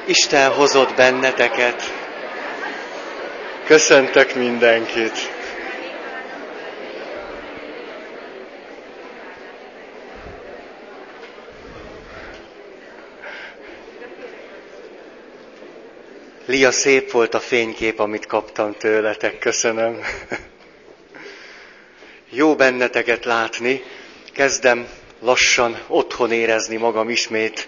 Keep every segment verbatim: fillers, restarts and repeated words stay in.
Isten hozott benneteket. Köszöntök mindenkit. Lia, szép volt a fénykép, amit kaptam tőletek. Köszönöm. Jó benneteket látni. Kezdem lassan otthon érezni magam ismét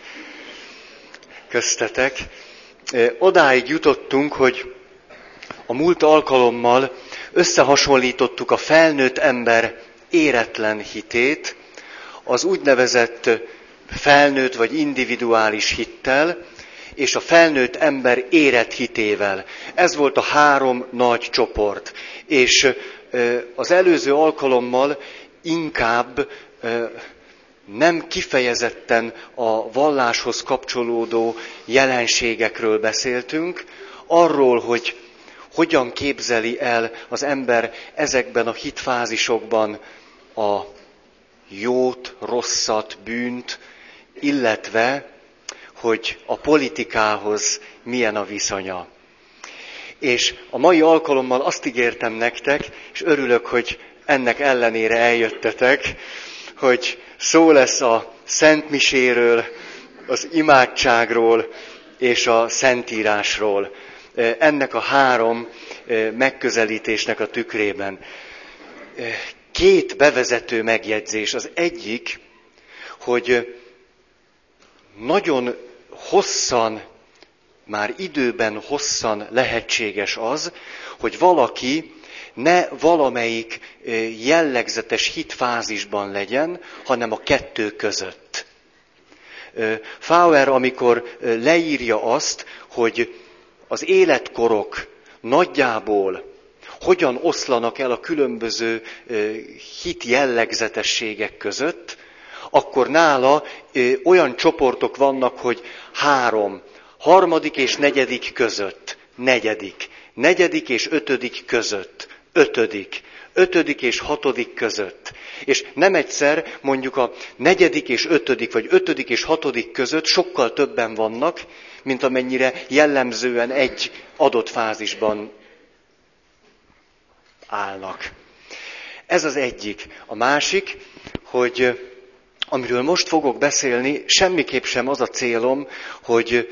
köztetek. Odáig jutottunk, hogy a múlt alkalommal összehasonlítottuk a felnőtt ember éretlen hitét az úgynevezett felnőtt vagy individuális hittel, és a felnőtt ember érett hitével. Ez volt a három nagy csoport. És az előző alkalommal inkább nem kifejezetten a valláshoz kapcsolódó jelenségekről beszéltünk, arról, hogy hogyan képzeli el az ember ezekben a hitfázisokban a jót, rosszat, bűnt, illetve hogy a politikához milyen a viszonya. És a mai alkalommal azt ígértem nektek, és örülök, hogy ennek ellenére eljöttetek, hogy szó lesz a Szentmiséről, az imádságról és a Szentírásról. Ennek a három megközelítésnek a tükrében. Két bevezető megjegyzés. Az egyik, hogy nagyon hosszan, már időben hosszan lehetséges az, hogy valaki ne valamelyik jellegzetes hitfázisban legyen, hanem a kettő között. Fauer, amikor leírja azt, hogy az életkorok nagyjából hogyan oszlanak el a különböző hit jellegzetességek között, akkor nála olyan csoportok vannak, hogy három, harmadik és negyedik között, negyedik, negyedik és ötödik között, ötödik, ötödik és hatodik között. És nem egyszer, mondjuk a negyedik és ötödik, vagy ötödik és hatodik között sokkal többen vannak, mint amennyire jellemzően egy adott fázisban állnak. Ez az egyik. A másik, hogy amiről most fogok beszélni, semmiképp sem az a célom, hogy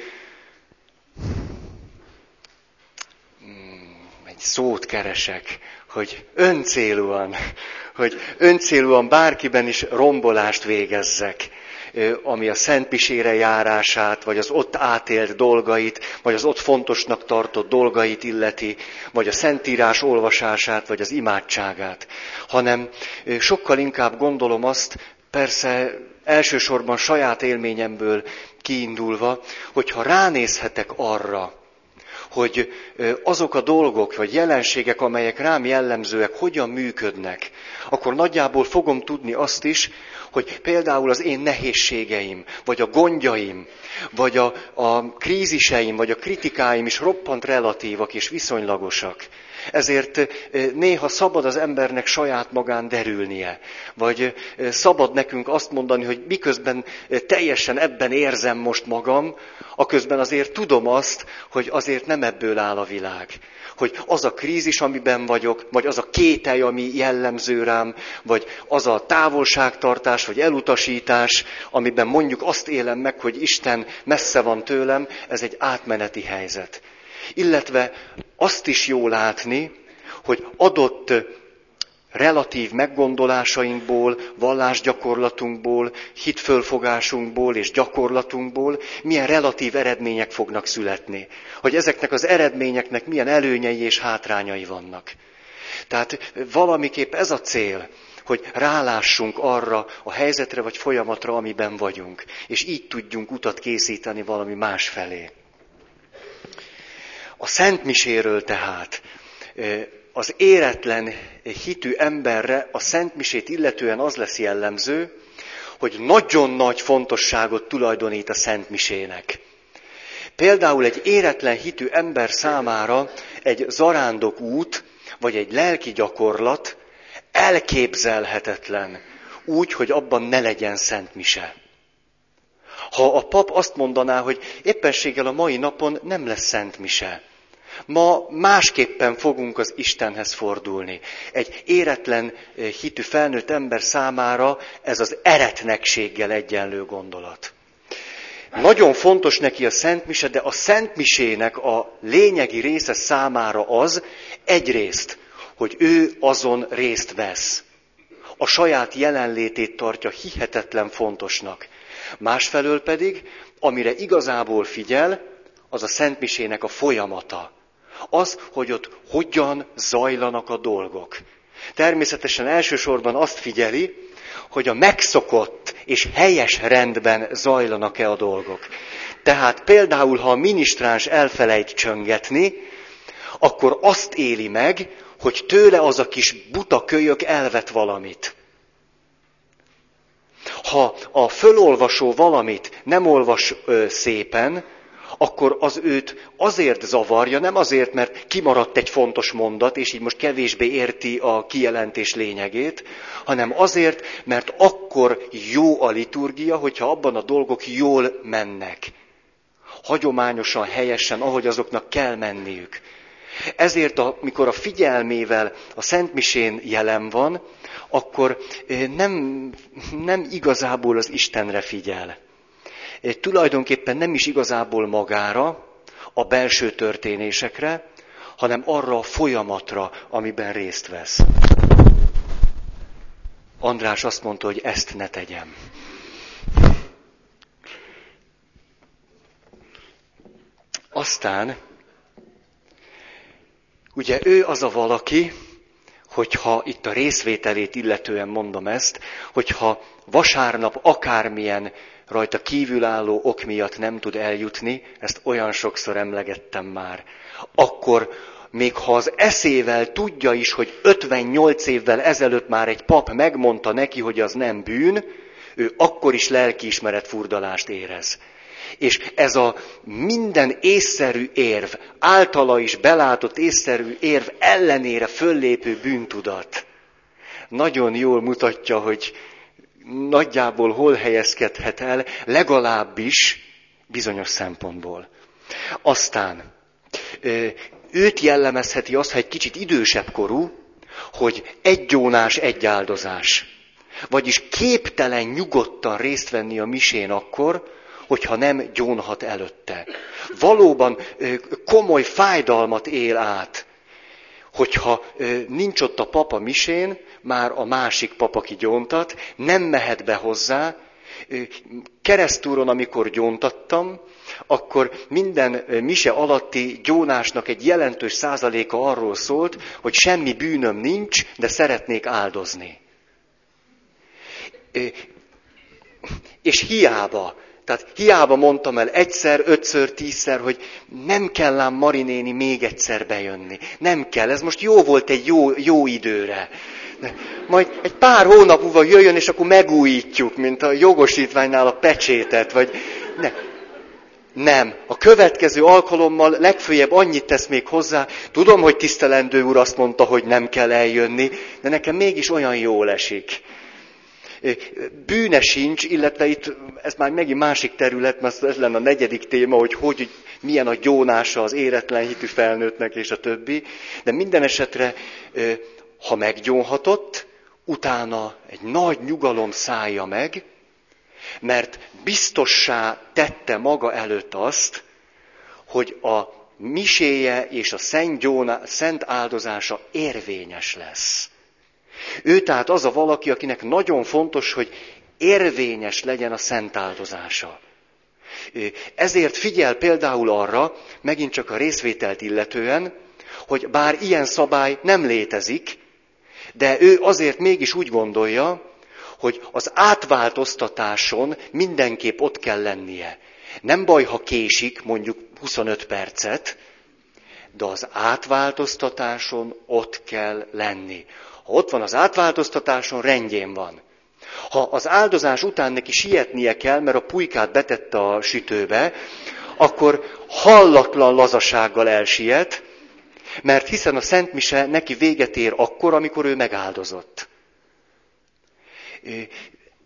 egy szót keresek, hogy öncélúan, hogy öncélúan bárkiben is rombolást végezzek, ami a Szentmisére járását, vagy az ott átélt dolgait, vagy az ott fontosnak tartott dolgait illeti, vagy a Szentírás olvasását, vagy az imádságát, hanem sokkal inkább gondolom azt, persze elsősorban saját élményemből kiindulva, hogyha ránézhetek arra, hogy azok a dolgok vagy jelenségek, amelyek rám jellemzőek, hogyan működnek, akkor nagyjából fogom tudni azt is, hogy például az én nehézségeim, vagy a gondjaim, vagy a, a kríziseim, vagy a kritikáim is roppant relatívak és viszonylagosak. Ezért néha szabad az embernek saját magán derülnie, vagy szabad nekünk azt mondani, hogy miközben teljesen ebben érzem most magam, aközben azért tudom azt, hogy azért nem ebből áll a világ. Hogy az a krízis, amiben vagyok, vagy az a kételj, ami jellemző rám, vagy az a távolságtartás, vagy elutasítás, amiben mondjuk azt élem meg, hogy Isten messze van tőlem, ez egy átmeneti helyzet. Illetve azt is jó látni, hogy adott relatív meggondolásainkból, vallásgyakorlatunkból, hitfölfogásunkból és gyakorlatunkból milyen relatív eredmények fognak születni. Hogy ezeknek az eredményeknek milyen előnyei és hátrányai vannak. Tehát valamiképp ez a cél, hogy rálássunk arra a helyzetre vagy folyamatra, amiben vagyunk. És így tudjunk utat készíteni valami más felé. A Szentmiséről tehát az éretlen hitű emberre a Szentmisét illetően az lesz jellemző, hogy nagyon nagy fontosságot tulajdonít a Szentmisének. Például egy éretlen hitű ember számára egy zarándok út, vagy egy lelki gyakorlat elképzelhetetlen, úgy, hogy abban ne legyen Szentmise. Ha a pap azt mondaná, hogy éppenséggel a mai napon nem lesz szent mise. Ma másképpen fogunk az Istenhez fordulni. Egy éretlen hitű felnőtt ember számára ez az eretnekséggel egyenlő gondolat. Nagyon fontos neki a Szent Mise, de a Szent Misének a lényegi része számára az egyrészt, hogy ő azon részt vesz. A saját jelenlétét tartja hihetetlen fontosnak. Másfelől pedig, amire igazából figyel, az a Szent Misének a folyamata. Az, hogy ott hogyan zajlanak a dolgok. Természetesen elsősorban azt figyeli, hogy a megszokott és helyes rendben zajlanak-e a dolgok. Tehát például, ha a minisztráns elfelejt csöngetni, akkor azt éli meg, hogy tőle az a kis buta kölyök elvet valamit. Ha a fölolvasó valamit nem olvas ö, szépen, akkor az őt azért zavarja, nem azért, mert kimaradt egy fontos mondat, és így most kevésbé érti a kijelentés lényegét, hanem azért, mert akkor jó a liturgia, hogyha abban a dolgok jól mennek. Hagyományosan, helyesen, ahogy azoknak kell menniük. Ezért, amikor a figyelmével a Szentmisén jelen van, akkor nem, nem igazából az Istenre figyel. Tulajdonképpen nem is igazából magára, a belső történésekre, hanem arra a folyamatra, amiben részt vesz. András azt mondta, hogy ezt ne tegyem. Aztán, ugye ő az a valaki, hogyha itt a részvételét illetően mondom ezt, hogyha vasárnap akármilyen rajta kívülálló ok miatt nem tud eljutni, ezt olyan sokszor emlegettem már, akkor még ha az eszével tudja is, hogy ötvennyolc évvel ezelőtt már egy pap megmondta neki, hogy az nem bűn, ő akkor is lelkiismeret furdalást érez. És ez a minden észszerű érv, általa is belátott észszerű érv ellenére föllépő bűntudat nagyon jól mutatja, hogy nagyjából hol helyezkedhet el, legalábbis bizonyos szempontból. Aztán őt jellemezheti az, ha egy kicsit idősebb korú, hogy egy gyónás, egy áldozás. Vagyis képtelen nyugodtan részt venni a misén akkor, hogyha nem gyónhat előtte. Valóban komoly fájdalmat él át, hogyha nincs ott a pap a misén, már a másik pap, aki gyóntat, nem mehet be hozzá. Keresztúron, amikor gyóntattam, akkor minden mise alatti gyónásnak egy jelentős százaléka arról szólt, hogy semmi bűnöm nincs, de szeretnék áldozni. És hiába, tehát hiába mondtam el egyszer, ötször, tízszer, hogy nem kell ám Mari néni még egyszer bejönni. Nem kell, ez most jó volt egy jó, jó időre. Majd egy pár hónap múlva jöjjön, és akkor megújítjuk, mint a jogosítványnál a pecsétet, vagy ne. Nem. A következő alkalommal legfőjebb annyit tesz még hozzá, tudom, hogy tisztelendő úr azt mondta, hogy nem kell eljönni, de nekem mégis olyan jól esik. Bűne sincs, illetve itt, ez már megint másik terület, mert ez lenne a negyedik téma, hogy, hogy milyen a gyónása az éretlen hitű felnőttnek és a többi, de minden esetre, ha meggyónhatott, utána egy nagy nyugalom szállja meg, mert biztossá tette maga előtt azt, hogy a miséje és a szent, gyóná, szent áldozása érvényes lesz. Ő tehát az a valaki, akinek nagyon fontos, hogy érvényes legyen a szent áldozása. Ezért figyel például arra, megint csak a részvételt illetően, hogy bár ilyen szabály nem létezik, de ő azért mégis úgy gondolja, hogy az átváltoztatáson mindenképp ott kell lennie. Nem baj, ha késik, mondjuk huszonöt percet, de az átváltoztatáson ott kell lenni. Ha ott van az átváltoztatáson, rendjén van. Ha az áldozás után neki sietnie kell, mert a pulykát betette a sütőbe, akkor hallatlan lazasággal elsiet, mert hiszen a Szent Mise neki véget ér akkor, amikor ő megáldozott.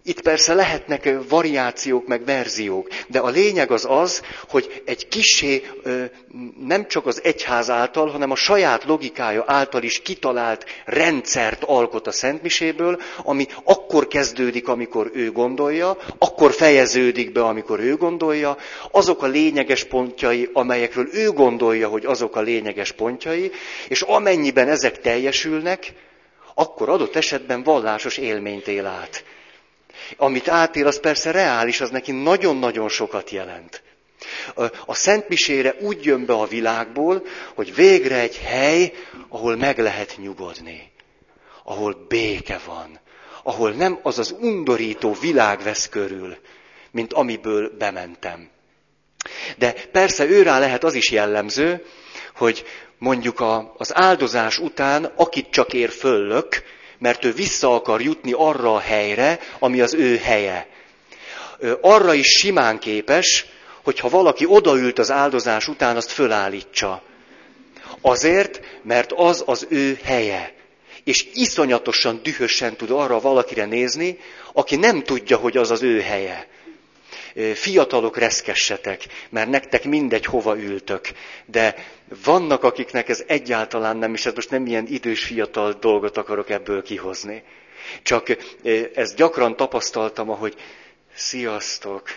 Itt persze lehetnek variációk, meg verziók, de a lényeg az az, hogy egy kissé nem csak az egyház által, hanem a saját logikája által is kitalált rendszert alkot a szentmiséből, ami akkor kezdődik, amikor ő gondolja, akkor fejeződik be, amikor ő gondolja, azok a lényeges pontjai, amelyekről ő gondolja, hogy azok a lényeges pontjai, és amennyiben ezek teljesülnek, akkor adott esetben vallásos élményt él át. Amit átél, az persze reális, az neki nagyon-nagyon sokat jelent. A szentmisére úgy jön be a világból, hogy végre egy hely, ahol meg lehet nyugodni. Ahol béke van. Ahol nem az az undorító világ vesz körül, mint amiből bementem. De persze őrá lehet az is jellemző, hogy mondjuk a, az áldozás után, akit csak ér föllök, mert ő vissza akar jutni arra a helyre, ami az ő helye. Arra is simán képes, hogyha valaki odaült az áldozás után, azt fölállítsa. Azért, mert az az ő helye. És iszonyatosan dühösen tud arra valakire nézni, aki nem tudja, hogy az az ő helye. Fiatalok, reszkessetek, mert nektek mindegy, hova ültök. De vannak, akiknek ez egyáltalán nem, és ez most nem ilyen idős, fiatal dolgot akarok ebből kihozni. Csak ezt gyakran tapasztaltam, ahogy sziasztok.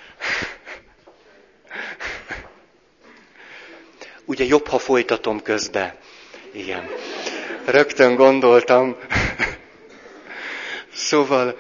Ugye jobb, ha folytatom közbe. Igen. Rögtön gondoltam. Szóval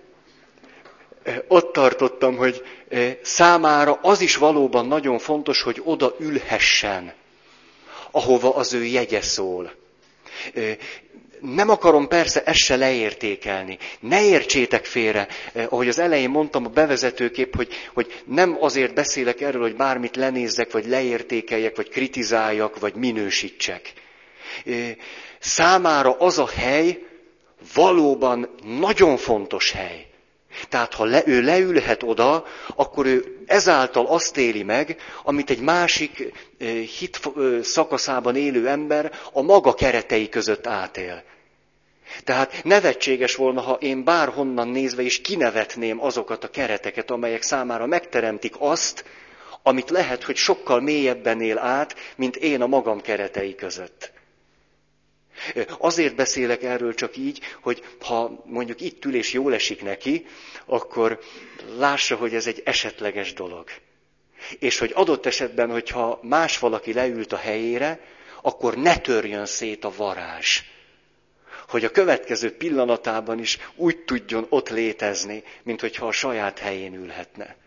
ott tartottam, hogy számára az is valóban nagyon fontos, hogy oda ülhessen, ahova az ő jegye szól. Nem akarom persze ezt se leértékelni. Ne értsétek félre, ahogy az elején mondtam a bevezetőképp, hogy, hogy nem azért beszélek erről, hogy bármit lenézzek, vagy leértékeljek, vagy kritizáljak, vagy minősítsek. Számára az a hely valóban nagyon fontos hely. Tehát ha le, ő leülhet oda, akkor ő ezáltal azt éli meg, amit egy másik hit szakaszában élő ember a maga keretei között átél. Tehát nevetséges volna, ha én bárhonnan nézve is kinevetném azokat a kereteket, amelyek számára megteremtik azt, amit lehet, hogy sokkal mélyebben él át, mint én a magam keretei között. Azért beszélek erről csak így, hogy ha mondjuk itt ül és jól esik neki, akkor lássa, hogy ez egy esetleges dolog. És hogy adott esetben, hogyha más valaki leült a helyére, akkor ne törjön szét a varázs. Hogy a következő pillanatában is úgy tudjon ott létezni, mint hogyha a saját helyén ülhetne.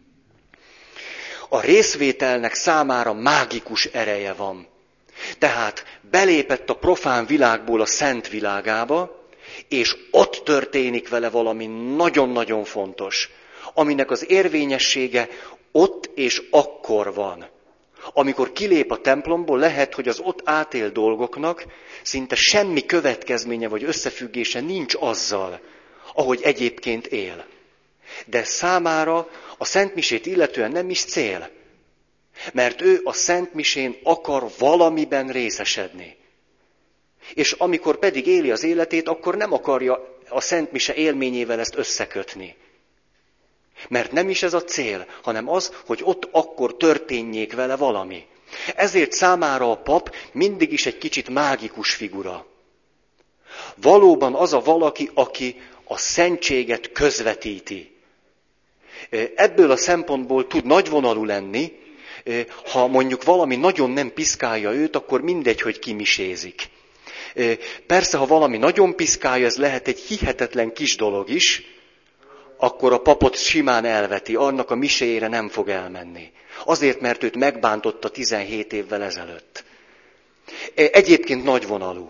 A részvételnek számára mágikus ereje van. Tehát belépett a profán világból a szent világába, és ott történik vele valami nagyon-nagyon fontos, aminek az érvényessége ott és akkor van. Amikor kilép a templomból, lehet, hogy az ott átél dolgoknak szinte semmi következménye vagy összefüggése nincs azzal, ahogy egyébként él. De számára a szentmisét illetően nem is cél. Mert ő a szentmisén akar valamiben részesedni. És amikor pedig éli az életét, akkor nem akarja a szentmise élményével ezt összekötni. Mert nem is ez a cél, hanem az, hogy ott akkor történjék vele valami. Ezért számára a pap mindig is egy kicsit mágikus figura. Valóban az a valaki, aki a szentséget közvetíti. Ebből a szempontból tud nagyvonalú lenni, ha mondjuk valami nagyon nem piszkálja őt, akkor mindegy, hogy kimisézik. Persze, ha valami nagyon piszkálja, ez lehet egy hihetetlen kis dolog is, akkor a papot simán elveti, annak a miséjére nem fog elmenni. Azért, mert őt megbántotta tizenhét évvel ezelőtt. Egyébként nagyvonalú.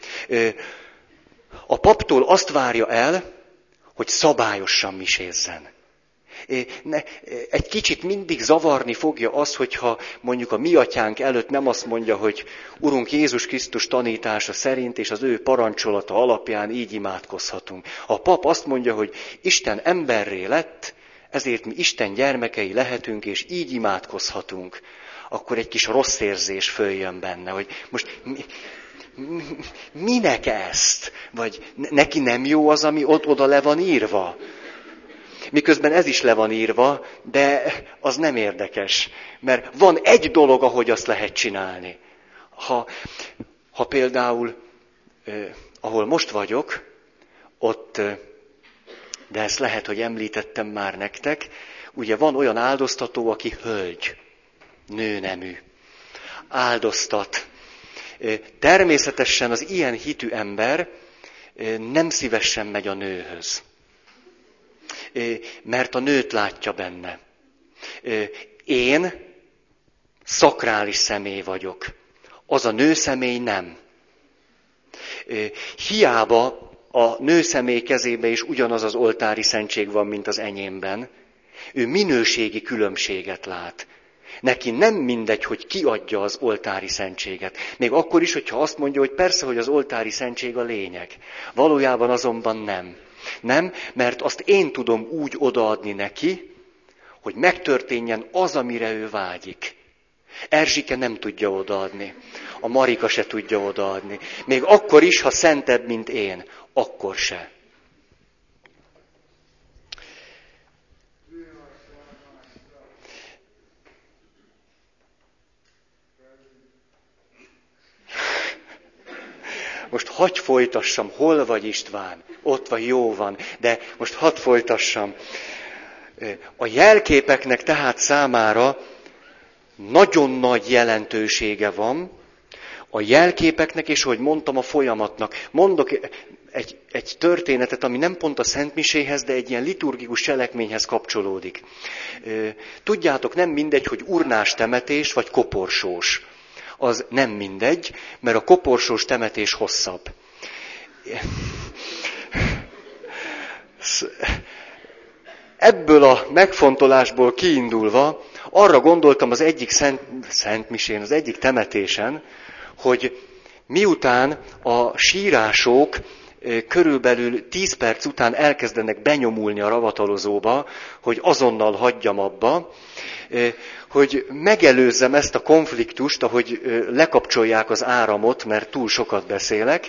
A paptól azt várja el, hogy szabályosan misézzen. Egy kicsit mindig zavarni fogja az, hogyha mondjuk a mi atyánk előtt nem azt mondja, hogy Urunk Jézus Krisztus tanítása szerint és az ő parancsolata alapján így imádkozhatunk. A pap azt mondja, hogy Isten emberré lett, ezért mi Isten gyermekei lehetünk, és így imádkozhatunk. Akkor egy kis rossz érzés följön benne, hogy most mi, minek ezt? Vagy neki nem jó az, ami ott oda le van írva? Miközben ez is le van írva, de az nem érdekes. Mert van egy dolog, ahogy azt lehet csinálni. Ha, ha például, eh, ahol most vagyok, ott, eh, de ezt lehet, hogy említettem már nektek, ugye van olyan áldoztató, aki hölgy, nőnemű, áldoztat. Eh, természetesen az ilyen hitű ember eh, nem szívesen megy a nőhöz. Mert a nőt látja benne. Én szakrális személy vagyok. Az a nőszemély nem. Hiába a nőszemély kezébe is ugyanaz az oltári szentség van, mint az enyémben. Ő minőségi különbséget lát. Neki nem mindegy, hogy ki adja az oltári szentséget. Még akkor is, hogyha azt mondja, hogy persze, hogy az oltári szentség a lényeg. Valójában azonban nem. Nem, mert azt én tudom úgy odaadni neki, hogy megtörténjen az, amire ő vágyik. Erzsike nem tudja odaadni. A Marika se tudja odaadni. Még akkor is, ha szentebb, mint én. Akkor se. Most hadd folytassam, hol vagy István? Ott vagy, jó van, de most hadd folytassam. A jelképeknek tehát számára nagyon nagy jelentősége van, a jelképeknek, és ahogy mondtam, a folyamatnak. Mondok egy, egy történetet, ami nem pont a szentmiséhez, de egy ilyen liturgikus cselekményhez kapcsolódik. Tudjátok, nem mindegy, hogy urnás temetés vagy koporsós. Az nem mindegy, mert a koporsós temetés hosszabb. Ebből a megfontolásból kiindulva arra gondoltam az egyik szent, szentmisén, az egyik temetésen, hogy miután a sírások körülbelül tíz perc után elkezdenek benyomulni a ravatalozóba, hogy azonnal hagyjam abba, hogy megelőzzem ezt a konfliktust, ahogy lekapcsolják az áramot, mert túl sokat beszélek.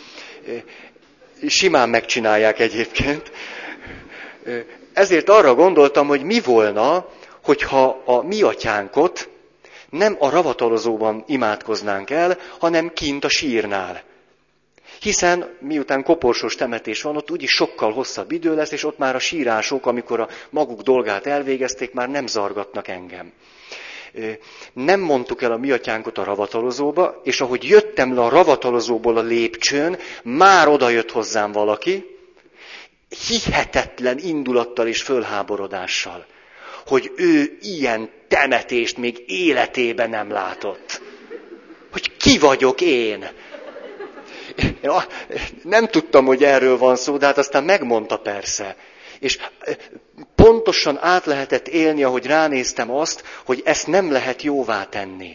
Simán megcsinálják egyébként. Ezért arra gondoltam, hogy mi volna, hogyha a mi atyánkot nem a ravatalozóban imádkoznánk el, hanem kint a sírnál. Hiszen miután koporsós temetés van, ott úgyis sokkal hosszabb idő lesz, és ott már a sírások, amikor a maguk dolgát elvégezték, már nem zargatnak engem. Nem mondtuk el a mi atyánkot a ravatalozóba, és ahogy jöttem le a ravatalozóból a lépcsőn, már oda jött hozzám valaki, hihetetlen indulattal és fölháborodással, hogy ő ilyen temetést még életében nem látott. Hogy ki vagyok én? Nem tudtam, hogy erről van szó, de hát aztán megmondta persze. És pontosan át lehetett élni, ahogy ránéztem azt, hogy ezt nem lehet jóvá tenni.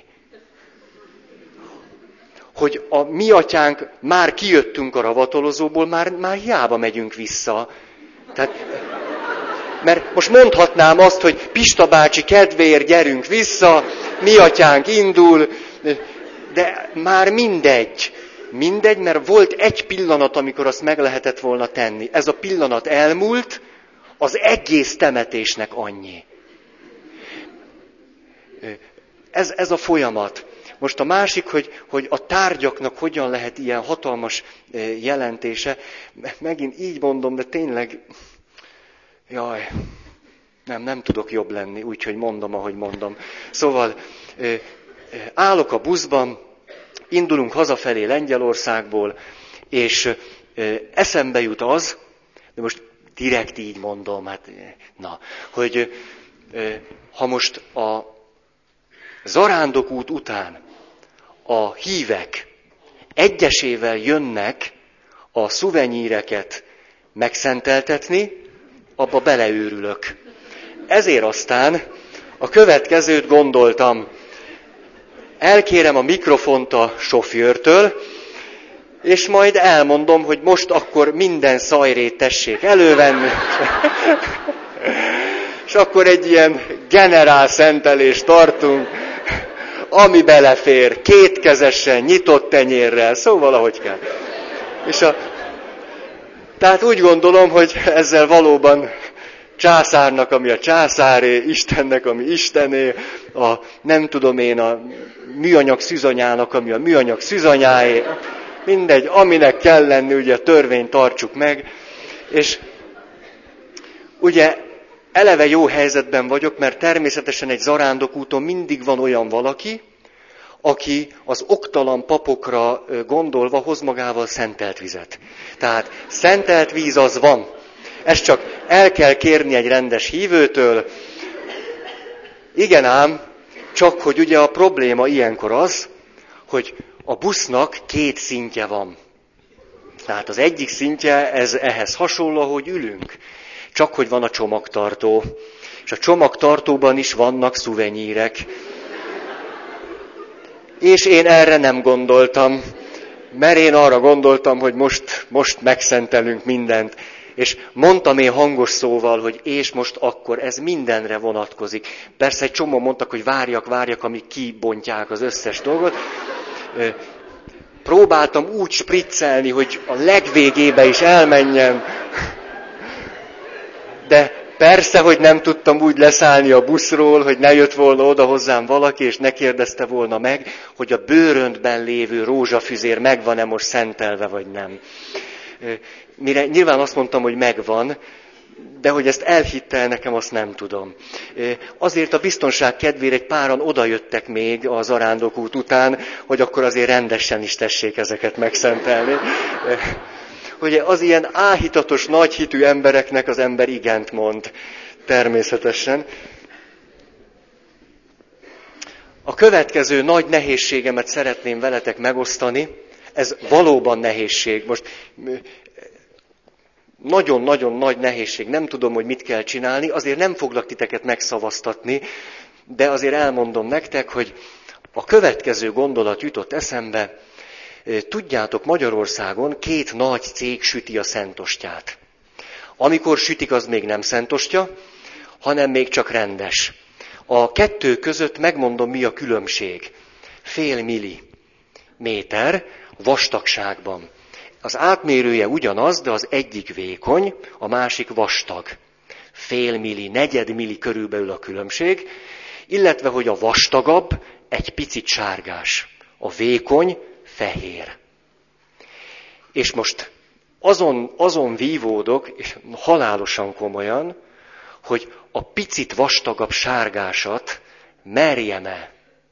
Hogy a mi atyánk, már kijöttünk a ravatalozóból, már, már hiába megyünk vissza. Tehát, mert most mondhatnám azt, hogy Pista bácsi kedvéért gyerünk vissza, mi atyánk indul, de már mindegy. Mindegy, mert volt egy pillanat, amikor azt meg lehetett volna tenni. Ez a pillanat elmúlt, az egész temetésnek annyi. Ez, ez a folyamat. Most a másik, hogy, hogy a tárgyaknak hogyan lehet ilyen hatalmas jelentése. Megint így mondom, de tényleg, jaj, nem, nem tudok jobb lenni, úgyhogy mondom, ahogy mondom. Szóval állok a buszban, indulunk hazafelé Lengyelországból, és eszembe jut az, de most direkt így mondom, hát, na, hogy ha most a zarándokút után a hívek egyesével jönnek a szuvenyíreket megszenteltetni, abba beleőrülök. Ezért aztán a következőt gondoltam. Elkérem a mikrofont a sofőrtől, és majd elmondom, hogy most akkor minden szajrét tessék elővenni. És akkor egy ilyen generál szentelést tartunk, ami belefér, kétkezesen, nyitott tenyérrel, szóval ahogy kell. És a, tehát úgy gondolom, hogy ezzel valóban császárnak, ami a császáré, Istennek, ami Istené, a nem tudom én, a műanyag szűzanyának, ami a műanyag szűzanyáé, mindegy, aminek kell lenni, ugye a törvényt tartsuk meg, és ugye eleve jó helyzetben vagyok, mert természetesen egy zarándokúton mindig van olyan valaki, aki az oktalan papokra gondolva hoz magával szentelt vizet. Tehát szentelt víz az van. Ezt csak el kell kérni egy rendes hívőtől. Igen ám, csak hogy ugye a probléma ilyenkor az, hogy a busznak két szintje van. Tehát az egyik szintje, ez ehhez hasonló, hogy ülünk. Csak hogy van a csomagtartó. És a csomagtartóban is vannak szuvenyírek. És én erre nem gondoltam, mert én arra gondoltam, hogy most, most megszentelünk mindent. És mondtam én hangos szóval, hogy és most akkor ez mindenre vonatkozik. Persze egy csomó mondtak, hogy várjak, várjak, amíg kibontják az összes dolgot. Próbáltam úgy spriccelni, hogy a legvégébe is elmenjen. De persze, hogy nem tudtam úgy leszállni a buszról, hogy ne jött volna oda hozzám valaki, és ne kérdezte volna meg, hogy a bőröntben lévő rózsafüzér megvan-e most szentelve, vagy nem. Mire nyilván azt mondtam, hogy megvan, de hogy ezt elhitte nekem, azt nem tudom. Azért a biztonság kedvére egy páran odajöttek még az zarándokút után, hogy akkor azért rendesen is tessék ezeket megszentelni. Hogy az ilyen áhítatos, nagyhitű embereknek az ember igent mond, természetesen. A következő nagy nehézségemet szeretném veletek megosztani, ez valóban nehézség. Most nagyon-nagyon nagy nehézség, nem tudom, hogy mit kell csinálni, azért nem foglak titeket megszavaztatni, de azért elmondom nektek, hogy a következő gondolat jutott eszembe. Tudjátok, Magyarországon két nagy cég süti a szentostját. Amikor sütik, az még nem szentostya, hanem még csak rendes. A kettő között megmondom, mi a különbség. Fél milli méter vastagságban. Az átmérője ugyanaz, de az egyik vékony, a másik vastag. Fél milli, negyed milli körülbelül a különbség, illetve, hogy a vastagabb egy picit sárgás. A vékony fehér. És most azon, azon vívódok, és halálosan komolyan, hogy a picit vastagabb sárgásat merjem-e,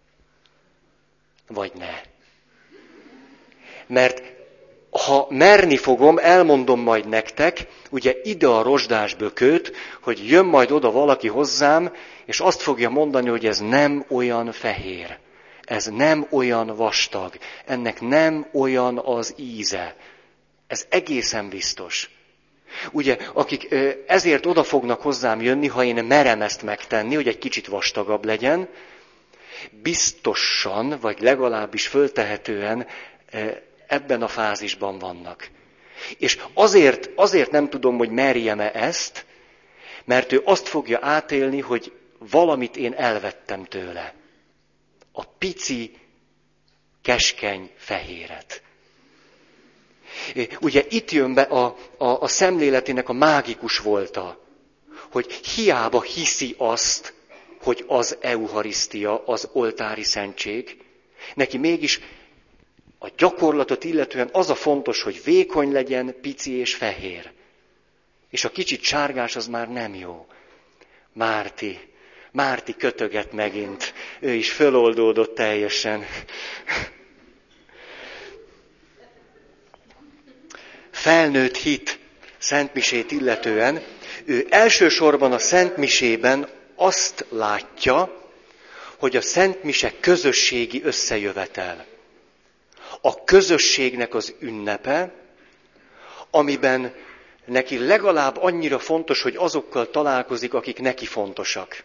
vagy ne. Mert ha merni fogom, elmondom majd nektek, ugye ide a rozsdás bökőt, hogy jön majd oda valaki hozzám, és azt fogja mondani, hogy ez nem olyan fehér. Ez nem olyan vastag, ennek nem olyan az íze. Ez egészen biztos. Ugye, akik ezért oda fognak hozzám jönni, ha én merem ezt megtenni, hogy egy kicsit vastagabb legyen, biztosan, vagy legalábbis föltehetően ebben a fázisban vannak. És azért, azért nem tudom, hogy merjem-e ezt, mert ő azt fogja átélni, hogy valamit én elvettem tőle. A pici, keskeny fehéret. Ugye itt jön be a, a, a szemléletének a mágikus volta, hogy hiába hiszi azt, hogy az eucharisztia, az oltári szentség, neki mégis a gyakorlatot illetően az a fontos, hogy vékony legyen, pici és fehér. És a kicsit sárgás az már nem jó. Márti, Márti kötöget megint, ő is föloldódott teljesen. Felnőtt hit szentmisét illetően, ő elsősorban a szentmisében azt látja, hogy a szentmise közösségi összejövetel. A közösségnek az ünnepe, amiben neki legalább annyira fontos, hogy azokkal találkozik, akik neki fontosak.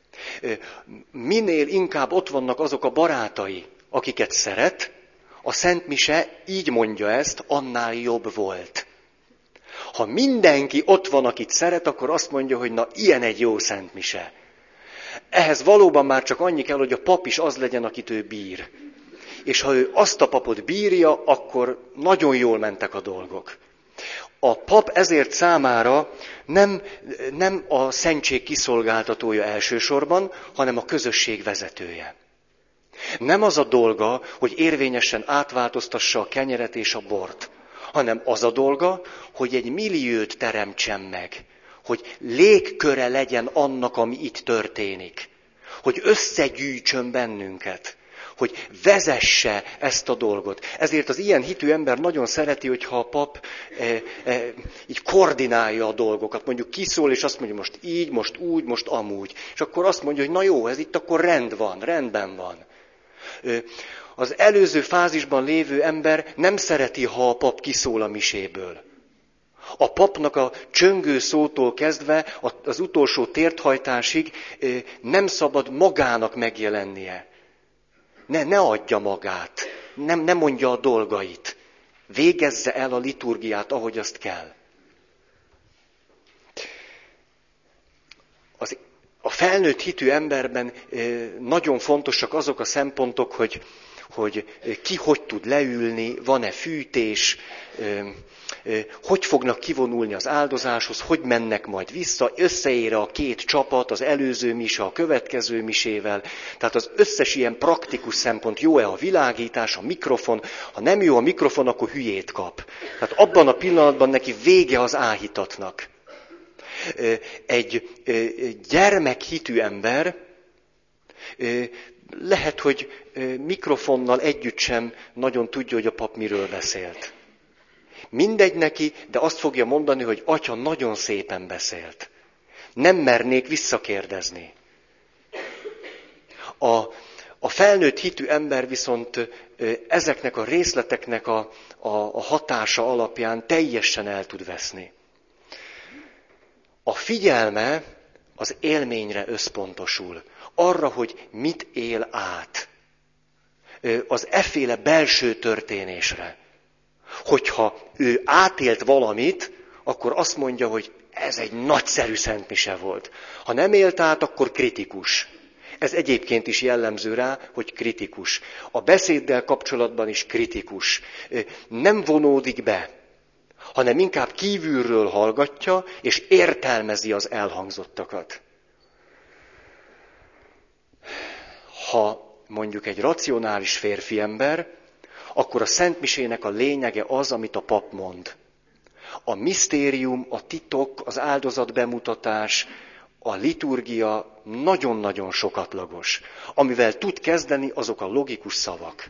Minél inkább ott vannak azok a barátai, akiket szeret, a szentmise, így mondja ezt, annál jobb volt. Ha mindenki ott van, akit szeret, akkor azt mondja, hogy na, ilyen egy jó szentmise. Ehhez valóban már csak annyi kell, hogy a pap is az legyen, akit ő bír. És ha ő azt a papot bírja, akkor nagyon jól mentek a dolgok. A pap ezért számára nem, nem a szentség kiszolgáltatója elsősorban, hanem a közösség vezetője. Nem az a dolga, hogy érvényesen átváltoztassa a kenyeret és a bort, hanem az a dolga, hogy egy milliót teremtsen meg, hogy légköre legyen annak, ami itt történik, hogy összegyűjtsön bennünket, hogy vezesse ezt a dolgot. Ezért az ilyen hitű ember nagyon szereti, hogyha a pap e, e, így koordinálja a dolgokat. Mondjuk kiszól, és azt mondja, most így, most úgy, most amúgy. És akkor azt mondja, hogy na jó, ez itt akkor rend van, rendben van. Az előző fázisban lévő ember nem szereti, ha a pap kiszól a miséből. A papnak a csöngő szótól kezdve az utolsó térthajtásig nem szabad magának megjelennie. Ne, ne adja magát, nem, ne mondja a dolgait. Végezze el a liturgiát, ahogy azt kell. Az, a felnőtt hitű emberben nagyon fontosak azok a szempontok, hogy, hogy ki hogy tud leülni, van-e fűtés, hogy fognak kivonulni az áldozáshoz, hogy mennek majd vissza, összeér a két csapat, az előző mise, a következő misével. Tehát az összes ilyen praktikus szempont, jó-e a világítás, a mikrofon, ha nem jó a mikrofon, akkor hülyét kap. Tehát abban a pillanatban neki vége az áhítatnak. Egy gyermekhitű ember lehet, hogy mikrofonnal együtt sem nagyon tudja, hogy a pap miről beszélt. Mindegy neki, de azt fogja mondani, hogy atya nagyon szépen beszélt. Nem mernék visszakérdezni. A, a felnőtt hitű ember viszont ezeknek a részleteknek a, a, a hatása alapján teljesen el tud veszni. A figyelme az élményre összpontosul. Arra, hogy mit él át. Az efféle belső történésre. Hogyha ő átélt valamit, akkor azt mondja, hogy ez egy nagyszerű szentmise volt. Ha nem élt át, akkor kritikus. Ez egyébként is jellemző rá, hogy kritikus. A beszéddel kapcsolatban is kritikus. Nem vonódik be, hanem inkább kívülről hallgatja, és értelmezi az elhangzottakat. Ha mondjuk egy racionális férfi ember, akkor a szentmisének a lényege az, amit a pap mond. A misztérium, a titok, az áldozatbemutatás, a liturgia nagyon-nagyon sokatlagos. Amivel tud kezdeni, azok a logikus szavak.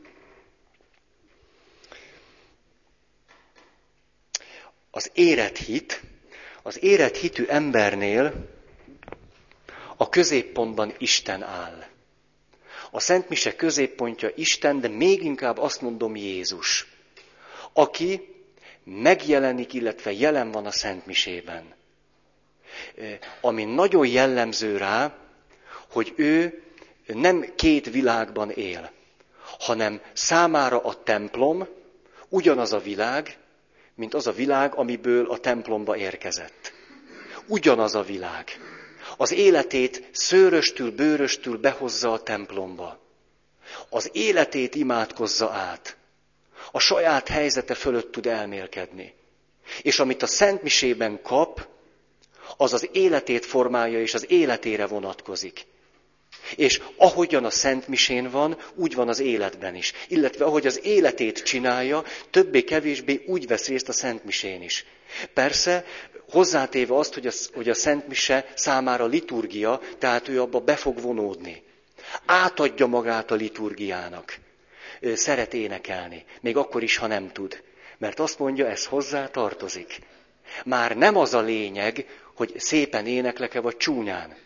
Az érett hit, az érett hitű embernél a középpontban Isten áll. A szentmise középpontja Isten, de még inkább azt mondom Jézus, aki megjelenik, illetve jelen van a szentmisében. Ami nagyon jellemző rá, hogy ő nem két világban él, hanem számára a templom ugyanaz a világ, mint az a világ, amiből a templomba érkezett. Ugyanaz a világ. Az életét szőröstül, bőröstül behozza a templomba. Az életét imádkozza át. A saját helyzete fölött tud elmélkedni. És amit a szentmisében kap, az az életét formálja, és az életére vonatkozik. És ahogyan a szentmisén van, úgy van az életben is. Illetve ahogy az életét csinálja, többé-kevésbé úgy vesz részt a szentmisén is. Persze, hozzátéve azt, hogy a, hogy a szentmise számára liturgia, tehát ő abba be fog vonódni. Átadja magát a liturgiának. Szeret énekelni, még akkor is, ha nem tud. Mert azt mondja, ez hozzá tartozik. Már nem az a lényeg, hogy szépen éneklek-e vagy csúnyán.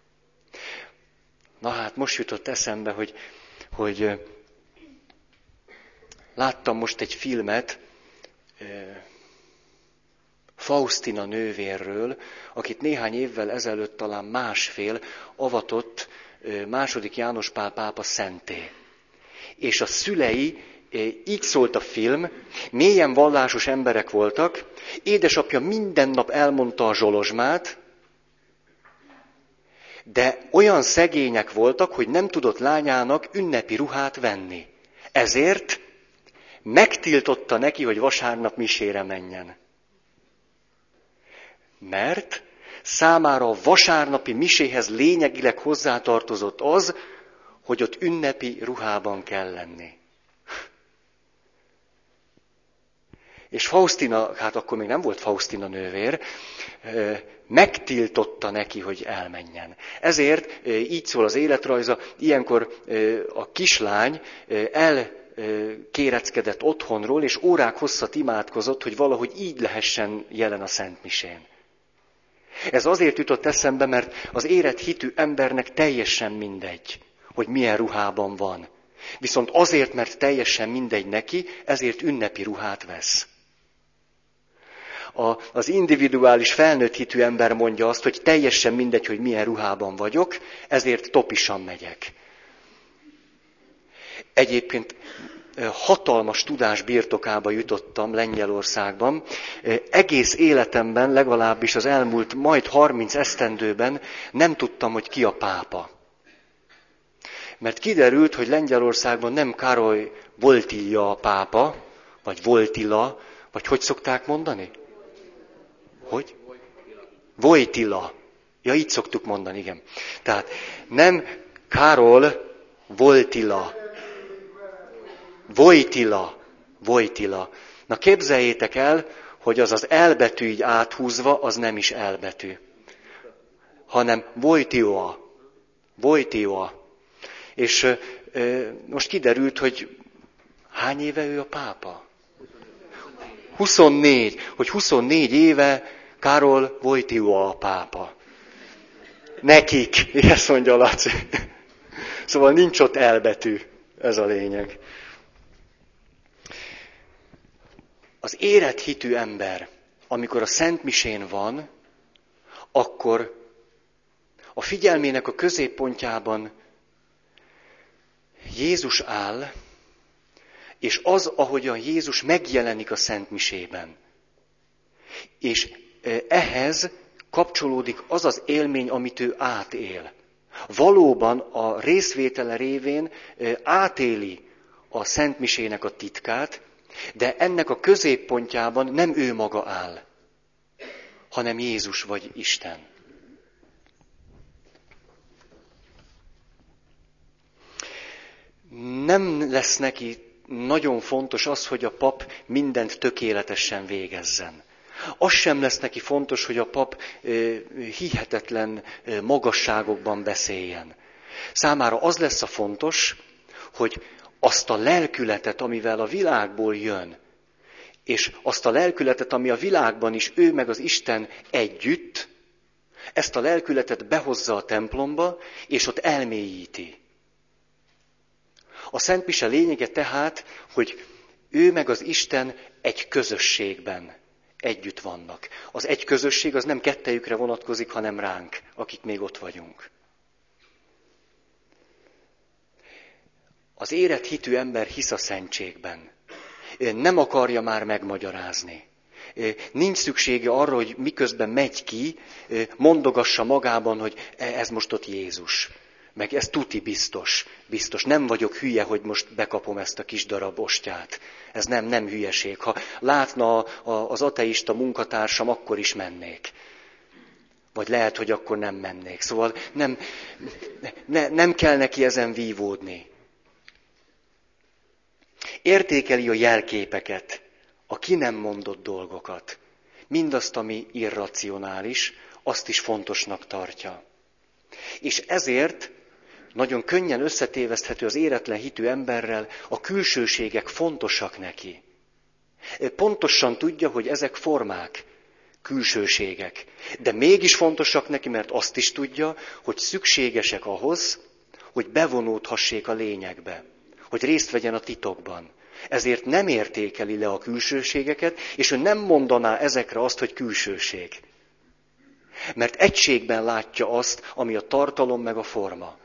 Na hát most jutott eszembe, hogy, hogy láttam most egy filmet Faustina nővérről, akit néhány évvel ezelőtt, talán másfél, avatott második János Pál pápa szenté. És a szülei, így szólt a film, mélyen vallásos emberek voltak, édesapja minden nap elmondta a zsolozsmát, de olyan szegények voltak, hogy nem tudott lányának ünnepi ruhát venni. Ezért megtiltotta neki, hogy vasárnap misére menjen. Mert számára a vasárnapi miséhez lényegileg hozzátartozott az, hogy ott ünnepi ruhában kell lenni. És Faustina, hát akkor még nem volt Faustina nővér, megtiltotta neki, hogy elmenjen. Ezért így szól az életrajza, ilyenkor a kislány elkéreckedett otthonról, és órák hosszat imádkozott, hogy valahogy így lehessen jelen a szentmisén. Ez azért jutott eszembe, mert az érett hitű embernek teljesen mindegy, hogy milyen ruhában van. Viszont azért, mert teljesen mindegy neki, ezért ünnepi ruhát vesz. A, az individuális felnőtt hitű ember mondja azt, hogy teljesen mindegy, hogy milyen ruhában vagyok, ezért topisan megyek. Egyébként hatalmas tudás birtokába jutottam Lengyelországban. Egész életemben, legalábbis az elmúlt majd harminc esztendőben nem tudtam, hogy ki a pápa. Mert kiderült, hogy Lengyelországban nem Károly Wojtyła a pápa, vagy Wojtyła, vagy hogy szokták mondani? Hogy? Wojtyła. Ja, így szoktuk mondani, igen. Tehát nem Karol Wojtyła. Wojtyła. Wojtyła. Na képzeljétek el, hogy az az elbetű így áthúzva, az nem is elbetű. Hanem Wojtyła. Wojtyła. És e, e, most kiderült, hogy hány éve ő a pápa? huszonnégy. Hogy huszonnégy éve Karol Wojtyła a pápa. Nekik, ezt mondja Laci. Szóval nincs ott elbetű, ez a lényeg. Az érett hitű ember, amikor a szentmisén van, akkor a figyelmének a középpontjában Jézus áll, és az, ahogyan Jézus megjelenik a szentmisében. És ehhez kapcsolódik az az élmény, amit ő átél. Valóban a részvétele révén átéli a szentmisének a titkát, de ennek a középpontjában nem ő maga áll, hanem Jézus vagy Isten. Nem lesz neki nagyon fontos az, hogy a pap mindent tökéletesen végezzen. Az sem lesz neki fontos, hogy a pap hihetetlen magasságokban beszéljen. Számára az lesz a fontos, hogy azt a lelkületet, amivel a világból jön, és azt a lelkületet, ami a világban is ő meg az Isten együtt, ezt a lelkületet behozza a templomba, és ott elmélyíti. A szentmise lényege tehát, hogy ő meg az Isten egy közösségben együtt vannak. Az egy közösség az nem kettejükre vonatkozik, hanem ránk, akik még ott vagyunk. Az érett hitű ember hisz a szentségben. Nem akarja már megmagyarázni. Nincs szüksége arra, hogy miközben megy ki, mondogassa magában, hogy ez most ott Jézus. Meg ez tuti biztos, biztos. Nem vagyok hülye, hogy most bekapom ezt a kis darab ostját. Ez nem, nem hülyeség. Ha látna az ateista munkatársam, akkor is mennék. Vagy lehet, hogy akkor nem mennék. Szóval nem, ne, nem kell neki ezen vívódni. Értékeli a jelképeket, a ki nem mondott dolgokat. Mindazt, ami irracionális, azt is fontosnak tartja. És ezért nagyon könnyen összetéveszthető az éretlen hitű emberrel, a külsőségek fontosak neki. Pontosan tudja, hogy ezek formák, külsőségek. De mégis fontosak neki, mert azt is tudja, hogy szükségesek ahhoz, hogy bevonódhassék a lényegbe, hogy részt vegyen a titokban. Ezért nem értékeli le a külsőségeket, és ő nem mondaná ezekre azt, hogy külsőség. Mert egységben látja azt, ami a tartalom meg a forma.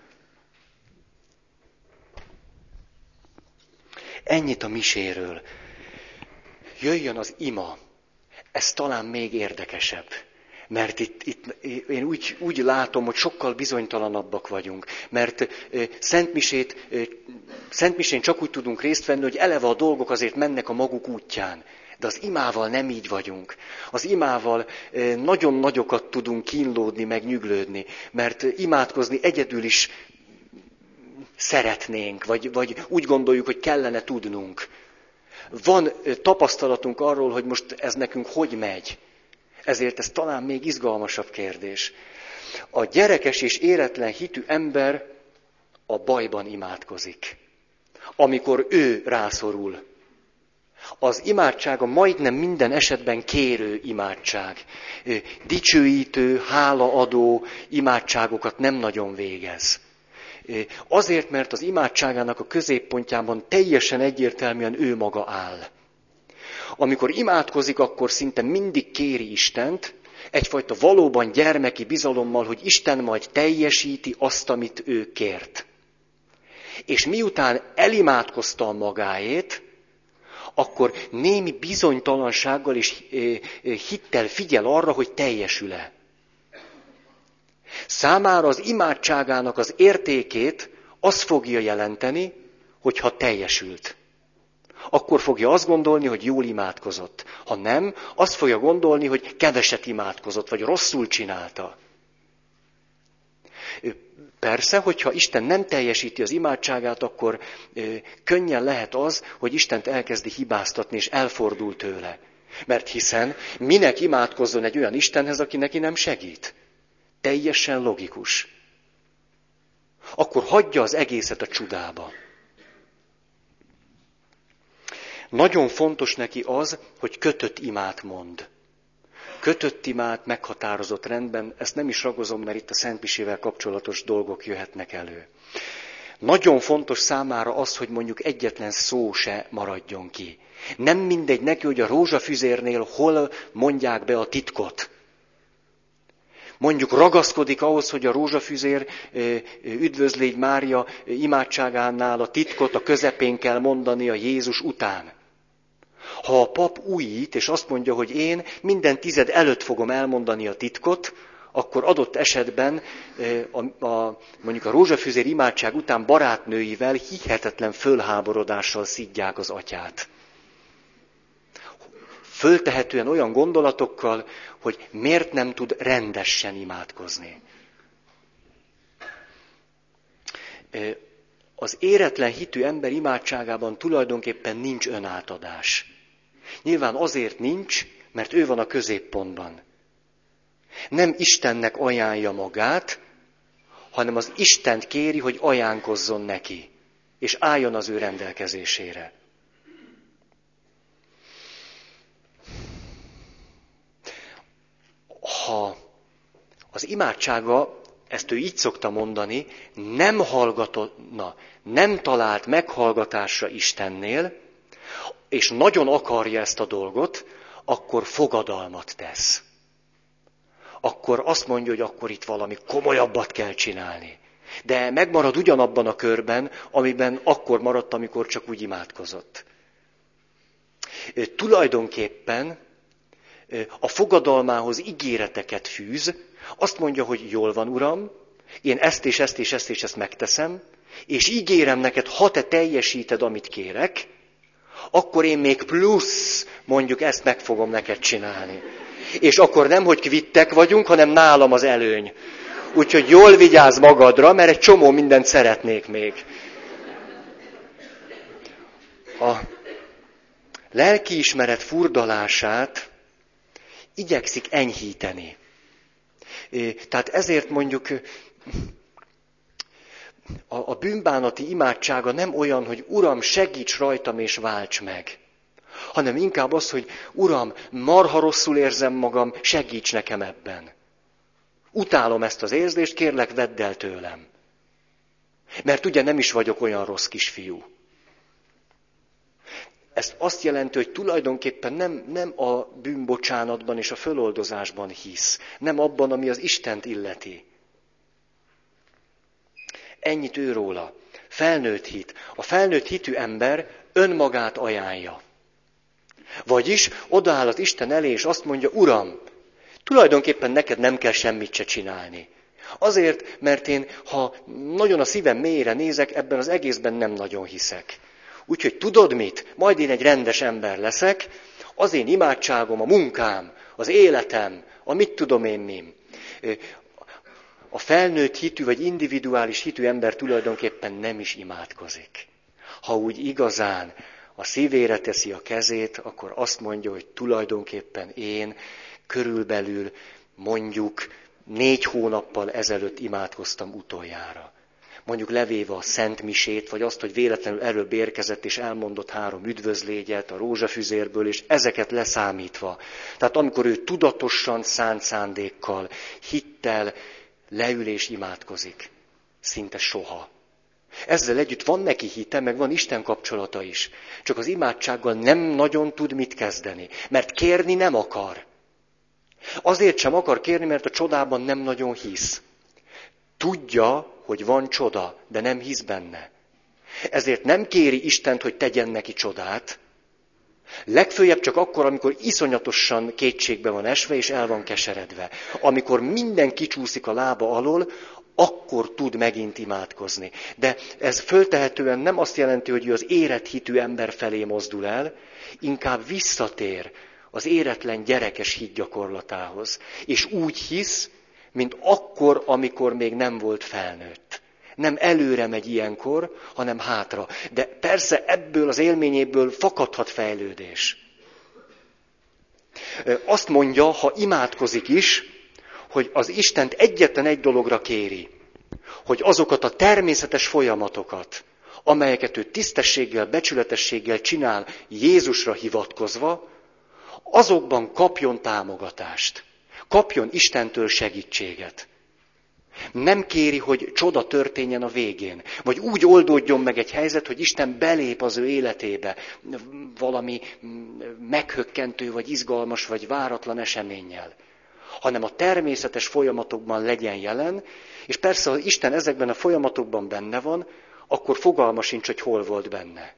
Ennyit a miséről. Jöjjön az ima. Ez talán még érdekesebb. Mert itt, itt én úgy, úgy látom, hogy sokkal bizonytalanabbak vagyunk. Mert Szentmisét, Szentmisén csak úgy tudunk részt venni, hogy eleve a dolgok azért mennek a maguk útján. De az imával nem így vagyunk. Az imával nagyon nagyokat tudunk kínlódni, meg nyüglődni, mert imádkozni egyedül is szeretnénk, vagy, vagy úgy gondoljuk, hogy kellene tudnunk. Van tapasztalatunk arról, hogy most ez nekünk hogy megy. Ezért ez talán még izgalmasabb kérdés. A gyerekes és éretlen hitű ember a bajban imádkozik, amikor ő rászorul. Az imádsága majdnem minden esetben kérő imádság. Dicsőítő, hálaadó imádságokat nem nagyon végez. Azért, mert az imádságának a középpontjában teljesen egyértelműen ő maga áll. Amikor imádkozik, akkor szinte mindig kéri Istent, egyfajta valóban gyermeki bizalommal, hogy Isten majd teljesíti azt, amit ő kért. És miután elimádkozta a magáét, akkor némi bizonytalansággal és hittel figyel arra, hogy teljesül-e. Számára az imádságának az értékét az fogja jelenteni, hogyha teljesült. Akkor fogja azt gondolni, hogy jól imádkozott. Ha nem, azt fogja gondolni, hogy keveset imádkozott, vagy rosszul csinálta. Persze, hogyha Isten nem teljesíti az imádságát, akkor könnyen lehet az, hogy Istent elkezdi hibáztatni, és elfordul tőle. Mert hiszen minek imádkozzon egy olyan Istenhez, aki neki nem segít? Teljesen logikus. Akkor hagyja az egészet a csudába. Nagyon fontos neki az, hogy kötött imát mond. Kötött imát meghatározott rendben, ezt nem is ragozom, mert itt a szentmisével kapcsolatos dolgok jöhetnek elő. Nagyon fontos számára az, hogy mondjuk egyetlen szó se maradjon ki. Nem mindegy neki, hogy a rózsafüzérnél hol mondják be a titkot. Mondjuk ragaszkodik ahhoz, hogy a rózsafüzér üdvözlégy Mária imádságánál a titkot a közepén kell mondani a Jézus után. Ha a pap újít, és azt mondja, hogy én minden tized előtt fogom elmondani a titkot, akkor adott esetben a, a, mondjuk a rózsafüzér imádság után barátnőivel hihetetlen fölháborodással szidják az atyát. Föltehetően olyan gondolatokkal, hogy miért nem tud rendesen imádkozni. Az éretlen hitű ember imádságában tulajdonképpen nincs önátadás. Nyilván azért nincs, mert ő van a középpontban. Nem Istennek ajánlja magát, hanem az Istent kéri, hogy ajánkozzon neki, és álljon az ő rendelkezésére. Ha az imádsága, ezt ő így szokta mondani, nem hallgatna, nem talált meghallgatásra Istennél, és nagyon akarja ezt a dolgot, akkor fogadalmat tesz. Akkor azt mondja, hogy akkor itt valami komolyabbat kell csinálni. De megmarad ugyanabban a körben, amiben akkor maradt, amikor csak úgy imádkozott. Tulajdonképpen a fogadalmához ígéreteket fűz, azt mondja, hogy jól van, Uram, én ezt és ezt és ezt és ezt megteszem, és ígérem neked, ha te teljesíted, amit kérek, akkor én még plusz, mondjuk ezt meg fogom neked csinálni. És akkor nem, hogy kvittek vagyunk, hanem nálam az előny. Úgyhogy jól vigyázz magadra, mert egy csomó mindent szeretnék még. A lelkiismeret furdalását igyekszik enyhíteni. Tehát ezért mondjuk a, a bűnbánati imádsága nem olyan, hogy Uram, segíts rajtam és válts meg. Hanem inkább az, hogy Uram, marha rosszul érzem magam, segíts nekem ebben. Utálom ezt az érzést, kérlek, vedd el tőlem. Mert ugye nem is vagyok olyan rossz kisfiú. Ez azt jelenti, hogy tulajdonképpen nem, nem a bűnbocsánatban és a föloldozásban hisz, nem abban, ami az Istent illeti. Ennyit ő róla. Felnőtt hit. A felnőtt hitű ember önmagát ajánlja. Vagyis odaáll az Isten elé, és azt mondja, Uram, tulajdonképpen neked nem kell semmit se csinálni. Azért, mert én, ha nagyon a szívem mélyére nézek, ebben az egészben nem nagyon hiszek. Úgyhogy tudod mit? Majd én egy rendes ember leszek, Az én imádságom, a munkám, az életem, a mit tudom én mi. A felnőtt hitű vagy individuális hitű ember tulajdonképpen nem is imádkozik. Ha úgy igazán a szívére teszi a kezét, akkor azt mondja, hogy tulajdonképpen én körülbelül mondjuk négy hónappal ezelőtt imádkoztam utoljára. Mondjuk levéve a szentmisét, vagy azt, hogy véletlenül előbb érkezett és elmondott három üdvözlégyet a rózsafüzérből, és ezeket leszámítva. Tehát amikor ő tudatosan, szánt szándékkal, hittel leül és imádkozik. Szinte soha. Ezzel együtt van neki hite, meg van Isten kapcsolata is. Csak az imádsággal nem nagyon tud mit kezdeni, mert kérni nem akar. Azért sem akar kérni, mert a csodában nem nagyon hisz. Tudja, hogy van csoda, de nem hisz benne. Ezért nem kéri Istent, hogy tegyen neki csodát. Legfőjebb csak akkor, amikor iszonyatosan kétségbe van esve, és el van keseredve. Amikor minden kicsúszik a lába alól, akkor tud megint imádkozni. De ez föltehetően nem azt jelenti, hogy ő az érett hitű ember felé mozdul el, inkább visszatér az éretlen gyerekes hitgyakorlatához. És úgy hisz, mint akkor, amikor még nem volt felnőtt. Nem előre megy ilyenkor, hanem hátra. De persze ebből az élményéből fakadhat fejlődés. Azt mondja, ha imádkozik is, hogy az Istent egyetlen egy dologra kéri, hogy azokat a természetes folyamatokat, amelyeket ő tisztességgel, becsületességgel csinál Jézusra hivatkozva, azokban kapjon támogatást. Kapjon Istentől segítséget. Nem kéri, hogy csoda történjen a végén. Vagy úgy oldódjon meg egy helyzet, hogy Isten belép az ő életébe valami meghökkentő, vagy izgalmas, vagy váratlan eseménnyel. Hanem a természetes folyamatokban legyen jelen, és persze, ha Isten ezekben a folyamatokban benne van, akkor fogalma sincs, hogy hol volt benne.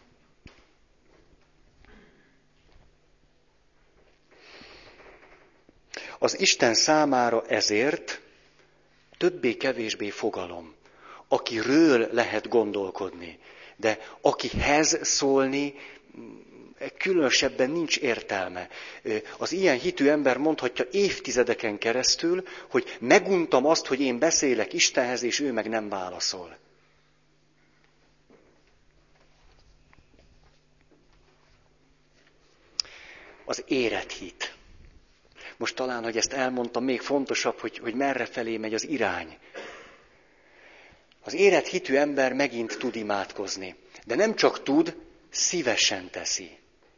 Az Isten számára ezért többé-kevésbé fogalom, akiről lehet gondolkodni, de akihez szólni különösebben nincs értelme. Az ilyen hitű ember mondhatja évtizedeken keresztül, hogy meguntam azt, hogy én beszélek Istenhez, és ő meg nem válaszol. Az érett hit. Most talán, hogy ezt elmondtam, még fontosabb, hogy, hogy merre felé megy az irány. Az érett hitű ember megint tud imádkozni. De nem csak tud, szívesen teszi.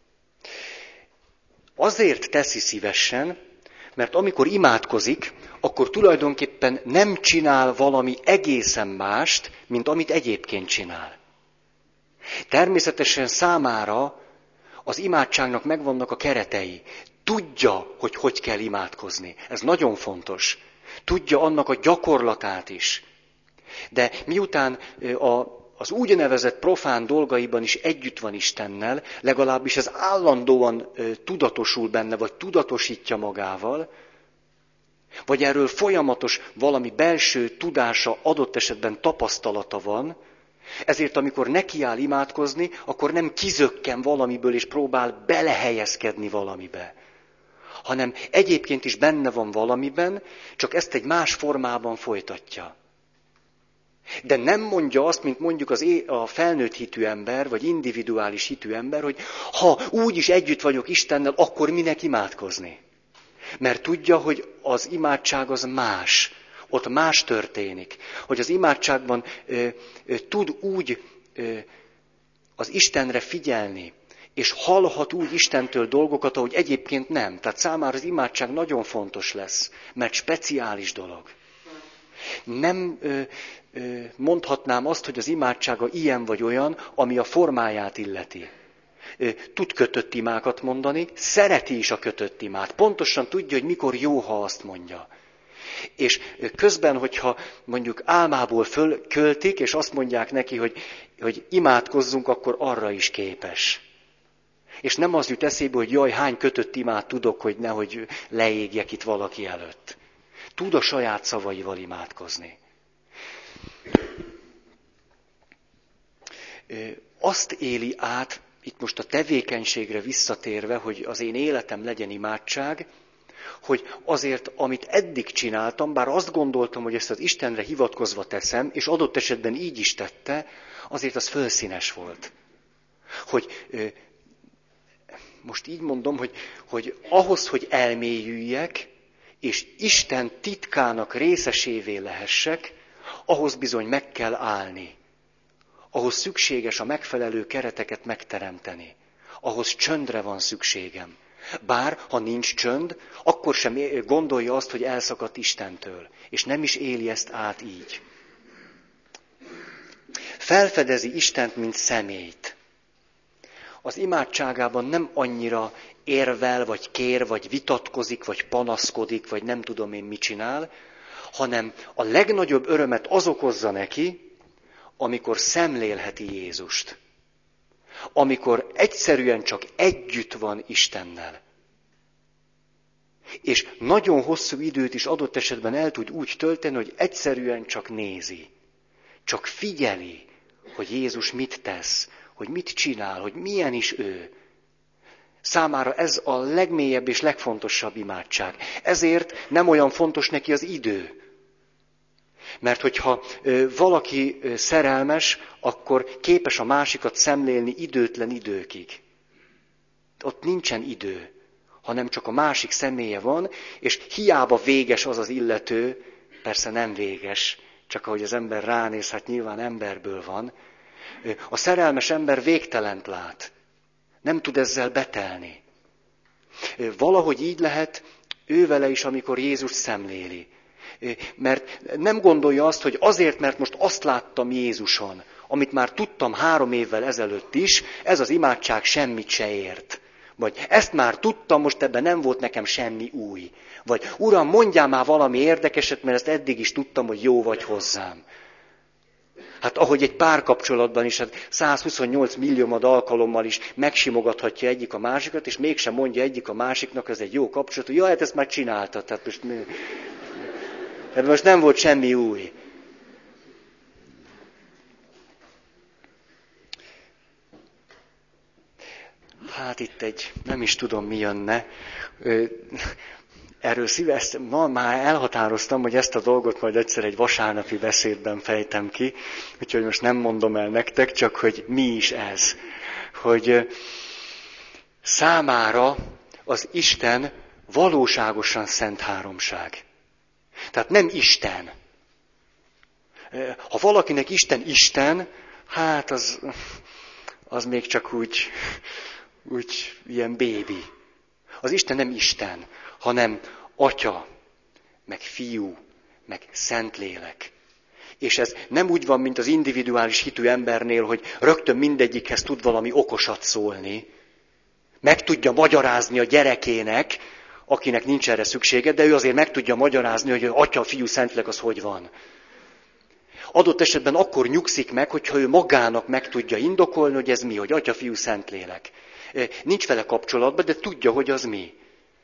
Azért teszi szívesen, mert amikor imádkozik, akkor tulajdonképpen nem csinál valami egészen mást, mint amit egyébként csinál. Természetesen számára az imádságnak megvannak a keretei. Tudja, hogy hogy kell imádkozni. Ez nagyon fontos. Tudja annak a gyakorlatát is. De miután a, az úgynevezett profán dolgaiban is együtt van Istennel, legalábbis ez állandóan tudatosul benne, vagy tudatosítja magával, vagy erről folyamatos valami belső tudása, adott esetben tapasztalata van, ezért amikor nekiáll imádkozni, akkor nem kizökken valamiből, és próbál belehelyezkedni valamibe, hanem egyébként is benne van valamiben, csak ezt egy más formában folytatja. De nem mondja azt, mint mondjuk az é- a felnőtt hitű ember, vagy individuális hitű ember, hogy ha úgyis együtt vagyok Istennel, akkor minek imádkozni? Mert tudja, hogy az imádság az más. Ott más történik. Hogy az imádságban ö, ö, tud úgy ö, az Istenre figyelni, és hallhat úgy Istentől dolgokat, ahogy egyébként nem. Tehát számára az imádság nagyon fontos lesz, mert speciális dolog. Nem ö, ö, mondhatnám azt, hogy az imádsága ilyen vagy olyan, ami a formáját illeti. Ö, tud kötött imákat mondani, szereti is a kötött imát. Pontosan tudja, hogy mikor jó, ha azt mondja. És közben, hogyha mondjuk álmából fölköltik, és azt mondják neki, hogy, hogy imádkozzunk, akkor arra is képes. És nem az jut eszébe, hogy jaj, hány kötött imát tudok, hogy nehogy leégjek itt valaki előtt. Tud a saját szavaival imádkozni. Azt éli át itt most a tevékenységre visszatérve, hogy az én életem legyen imádság, hogy azért, amit eddig csináltam, bár azt gondoltam, hogy ezt az Istenre hivatkozva teszem, és adott esetben így is tette, azért az fölszínes volt. Hogy most így mondom, hogy, hogy ahhoz, hogy elmélyüljek, és Isten titkának részesévé lehessek, ahhoz bizony meg kell állni. Ahhoz szükséges a megfelelő kereteket megteremteni. Ahhoz csöndre van szükségem. Bár, ha nincs csönd, akkor sem gondolja azt, hogy elszakadt Istentől. És nem is éli ezt át így. Felfedezi Istent, mint személyt. Az imádságában nem annyira érvel, vagy kér, vagy vitatkozik, vagy panaszkodik, vagy nem tudom én mit csinál, hanem a legnagyobb örömet az okozza neki, amikor szemlélheti Jézust. Amikor egyszerűen csak együtt van Istennel. És nagyon hosszú időt is adott esetben el tud úgy tölteni, hogy egyszerűen csak nézi. Csak figyeli, hogy Jézus mit tesz, hogy mit csinál, hogy milyen is ő. Számára ez a legmélyebb és legfontosabb imádság. Ezért nem olyan fontos neki az idő. Mert hogyha valaki szerelmes, akkor képes a másikat szemlélni időtlen időkig. Ott nincsen idő, hanem csak a másik személye van, és hiába véges az az illető, persze nem véges, csak ahogy az ember ránéz, hát nyilván emberből van. A szerelmes ember végtelent lát, nem tud ezzel betelni. Valahogy így lehet ővele is, amikor Jézus szemléli. Mert nem gondolja azt, hogy azért, mert most azt láttam Jézuson, amit már tudtam három évvel ezelőtt is, ez az imádság semmit se ért. Vagy ezt már tudtam, most ebben nem volt nekem semmi új. Vagy Uram, mondjál már valami érdekeset, mert ezt eddig is tudtam, hogy jó vagy hozzám. Hát ahogy egy párkapcsolatban is, hát százhuszonnyolc milliómad alkalommal is megsimogathatja egyik a másikat, és mégsem mondja egyik a másiknak, ez egy jó kapcsolat, hogy ja, hát ezt már csináltad, tehát most... Ebben most nem volt semmi új. Hát itt egy, nem is tudom mi jönne. Erről szívesen, ma már elhatároztam, hogy ezt a dolgot majd egyszer egy vasárnapi beszédben fejtem ki, úgyhogy most nem mondom el nektek, csak hogy mi is ez. Hogy számára az Isten valóságosan szent háromság. Tehát nem Isten. Ha valakinek Isten Isten, hát az, az még csak úgy, úgy ilyen bébi. Az Isten nem Isten, hanem Atya, meg Fiú, meg Szentlélek. És ez nem úgy van, mint az individuális hitű embernél, hogy rögtön mindegyikhez tud valami okosat szólni. Meg tudja magyarázni a gyerekének, akinek nincs erre szüksége, de ő azért meg tudja magyarázni, hogy Atya, Fiú, Szentlélek az hogy van. Adott esetben akkor nyugszik meg, hogyha ő magának meg tudja indokolni, hogy ez mi, hogy Atya, Fiú, Szentlélek. Nincs vele kapcsolatban, de tudja, hogy az mi.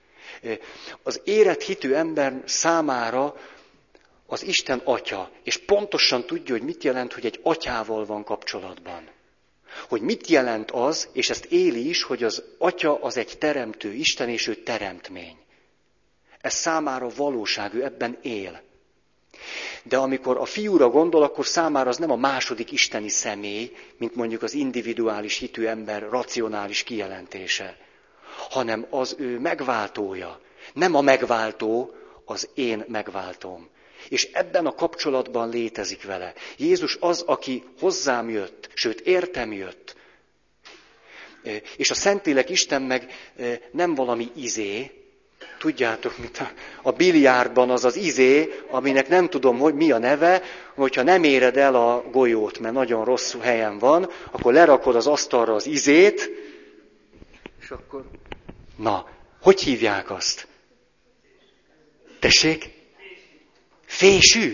Az érett hitű ember számára az Isten Atya, és pontosan tudja, hogy mit jelent, hogy egy atyával van kapcsolatban. Hogy mit jelent az, és ezt éli is, hogy az Atya az egy teremtő Isten, és ő teremtmény. Ez számára valóság, ő ebben él. De amikor a Fiúra gondol, akkor számára az nem a második isteni személy, mint mondjuk az individuális hitű ember racionális kijelentése, hanem az ő megváltója. Nem a megváltó, az én megváltóm. És ebben a kapcsolatban létezik vele. Jézus az, aki hozzám jött, sőt értem jött. És a Szentlélek Isten meg nem valami izé, tudjátok, mint a, a biliárdban az az izé, aminek nem tudom, hogy mi a neve, hogyha nem éred el a golyót, mert nagyon rossz helyen van, akkor lerakod az asztalra az izét, és akkor... Na, hogy hívják azt? Tessék? Fésű?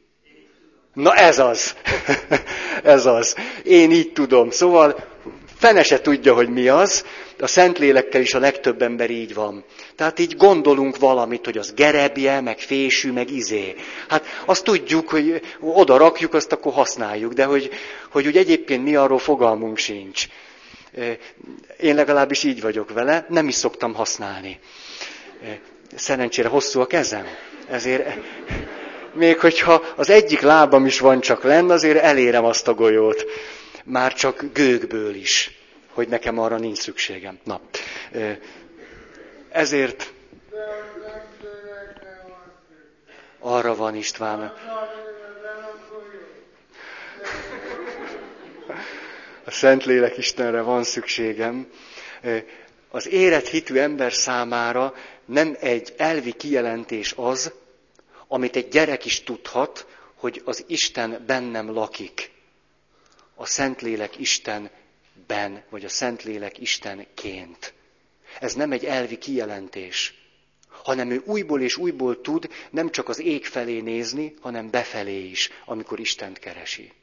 Na ez az. Ez az. Én így tudom. Szóval fene se tudja, hogy mi az. A Szentlélekkel is a legtöbb ember így van. Tehát így gondolunk valamit, hogy az gerebje, meg fésű, meg izé. Hát azt tudjuk, hogy oda rakjuk, azt akkor használjuk. De hogy, hogy úgy egyébként mi arról fogalmunk sincs. Én legalábbis így vagyok vele, nem is szoktam használni. Szerencsére hosszú a kezem, ezért még hogyha az egyik lábam is van csak lenn, azért elérem azt a golyót. Már csak gőgből is, hogy nekem arra nincs szükségem. Na, ezért arra van István. A Szentlélek Istenre van szükségem. Az érett hitű ember számára nem egy elvi kijelentés az, amit egy gyerek is tudhat, hogy az Isten bennem lakik. A Szentlélek Istenben, vagy a Szentlélek Istenként. Ez nem egy elvi kijelentés, hanem ő újból és újból tud nem csak az ég felé nézni, hanem befelé is, amikor Istent keresi.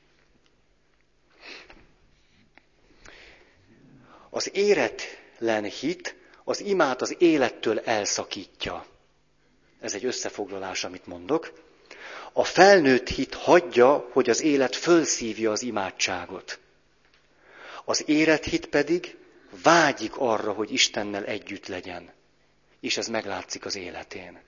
Az éretlen hit az imát az élettől elszakítja. Ez egy összefoglalás, amit mondok. A felnőtt hit hagyja, hogy az élet fölszívja az imádságot. Az érett hit pedig vágyik arra, hogy Istennel együtt legyen. És ez meglátszik az életén.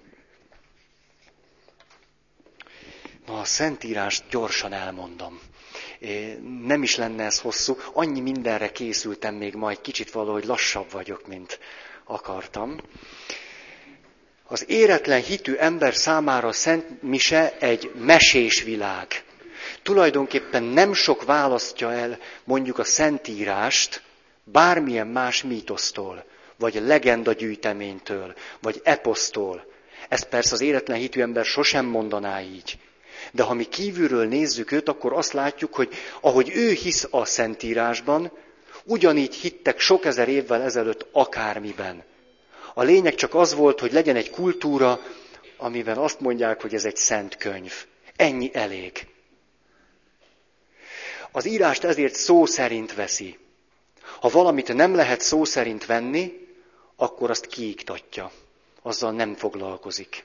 Na, a Szentírást gyorsan elmondom. Nem is lenne ez hosszú, annyi mindenre készültem még ma, egy kicsit valahogy lassabb vagyok, mint akartam. Az éretlen hitű ember számára a Szent Mise egy mesés világ. Tulajdonképpen nem sok választja el mondjuk a Szentírást bármilyen más mítosztól, vagy legendagyűjteménytől, vagy eposztól. Ezt persze az éretlen hitű ember sosem mondaná így. De ha mi kívülről nézzük őt, akkor azt látjuk, hogy ahogy ő hisz a Szentírásban, ugyanígy hittek sok ezer évvel ezelőtt akármiben. A lényeg csak az volt, hogy legyen egy kultúra, amiben azt mondják, hogy ez egy szent könyv. Ennyi elég. Az írást ezért szó szerint veszi. Ha valamit nem lehet szó szerint venni, akkor azt kiiktatja. Azzal nem foglalkozik.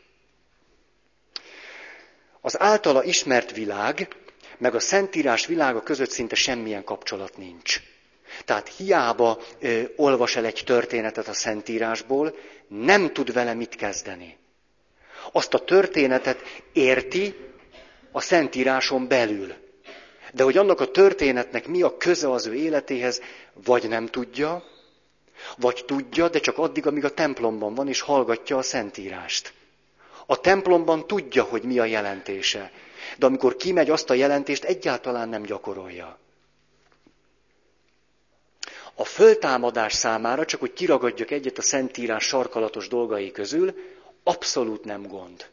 Az általa ismert világ, meg a Szentírás világa között szinte semmilyen kapcsolat nincs. Tehát hiába ö, olvas el egy történetet a Szentírásból, nem tud vele mit kezdeni. Azt a történetet érti a Szentíráson belül. De hogy annak a történetnek mi a köze az ő életéhez, vagy nem tudja, vagy tudja, de csak addig, amíg a templomban van, és hallgatja a Szentírást. A templomban tudja, hogy mi a jelentése, de amikor kimegy, azt a jelentést egyáltalán nem gyakorolja. A föltámadás számára, csak hogy kiragadjak egyet a Szentírás sarkalatos dolgai közül, abszolút nem gond.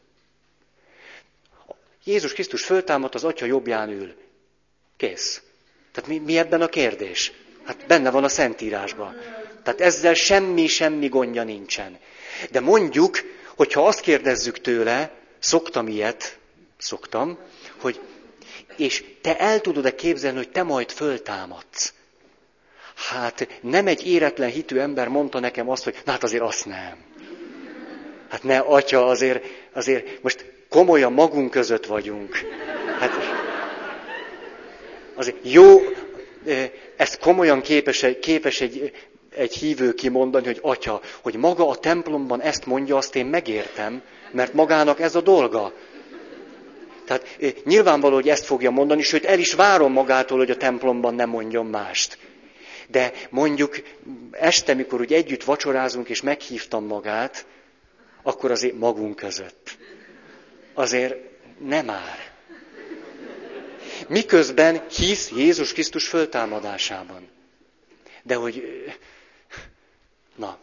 Jézus Krisztus föltámadt, az Atya jobbján ül. Kész. Tehát mi, mi ebben a kérdés? Hát benne van a Szentírásban. Tehát ezzel semmi, semmi gondja nincsen. De mondjuk, hogyha azt kérdezzük tőle, szoktam ilyet, szoktam, hogy és te el tudod-e képzelni, hogy te majd föltámadsz? Hát nem egy éretlen hitű ember mondta nekem azt, hogy na hát azért azt nem. Hát ne, Atya, azért, azért most komolyan magunk között vagyunk. Hát azért jó, ezt komolyan képes, képes egy, egy hívő kimondani, hogy Atya, hogy maga a templomban ezt mondja, azt én megértem, mert magának ez a dolga. Tehát nyilvánvaló, hogy ezt fogja mondani, sőt el is várom magától, hogy a templomban ne mondjon mást. De mondjuk este, mikor úgy együtt vacsorázunk, és meghívtam magát, akkor azért magunk között. Azért nem már. Miközben hisz Jézus Krisztus föltámadásában. De hogy... Na.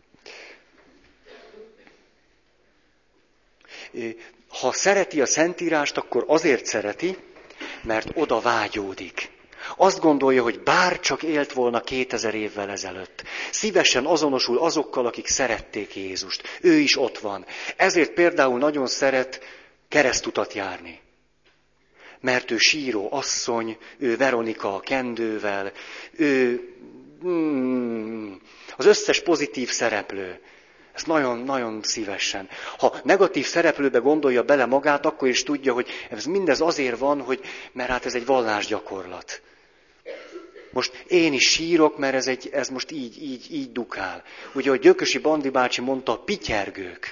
Ha szereti a Szentírást, akkor azért szereti, mert oda vágyódik. Azt gondolja, hogy bár csak élt volna kétezer évvel ezelőtt. Szívesen azonosul azokkal, akik szerették Jézust. Ő is ott van. Ezért például nagyon szeret keresztutat járni. Mert ő síró asszony, ő Veronika a kendővel, ő mm, az összes pozitív szereplő. Ez nagyon-nagyon szívesen. Ha negatív szereplőbe gondolja bele magát, akkor is tudja, hogy ez mindez azért van, hogy, mert hát ez egy vallásgyakorlat. Most én is sírok, mert ez, egy, ez most így, így, így dukál. Ugye, hogy Gyökösi Bandi bácsi mondta, a pityergők.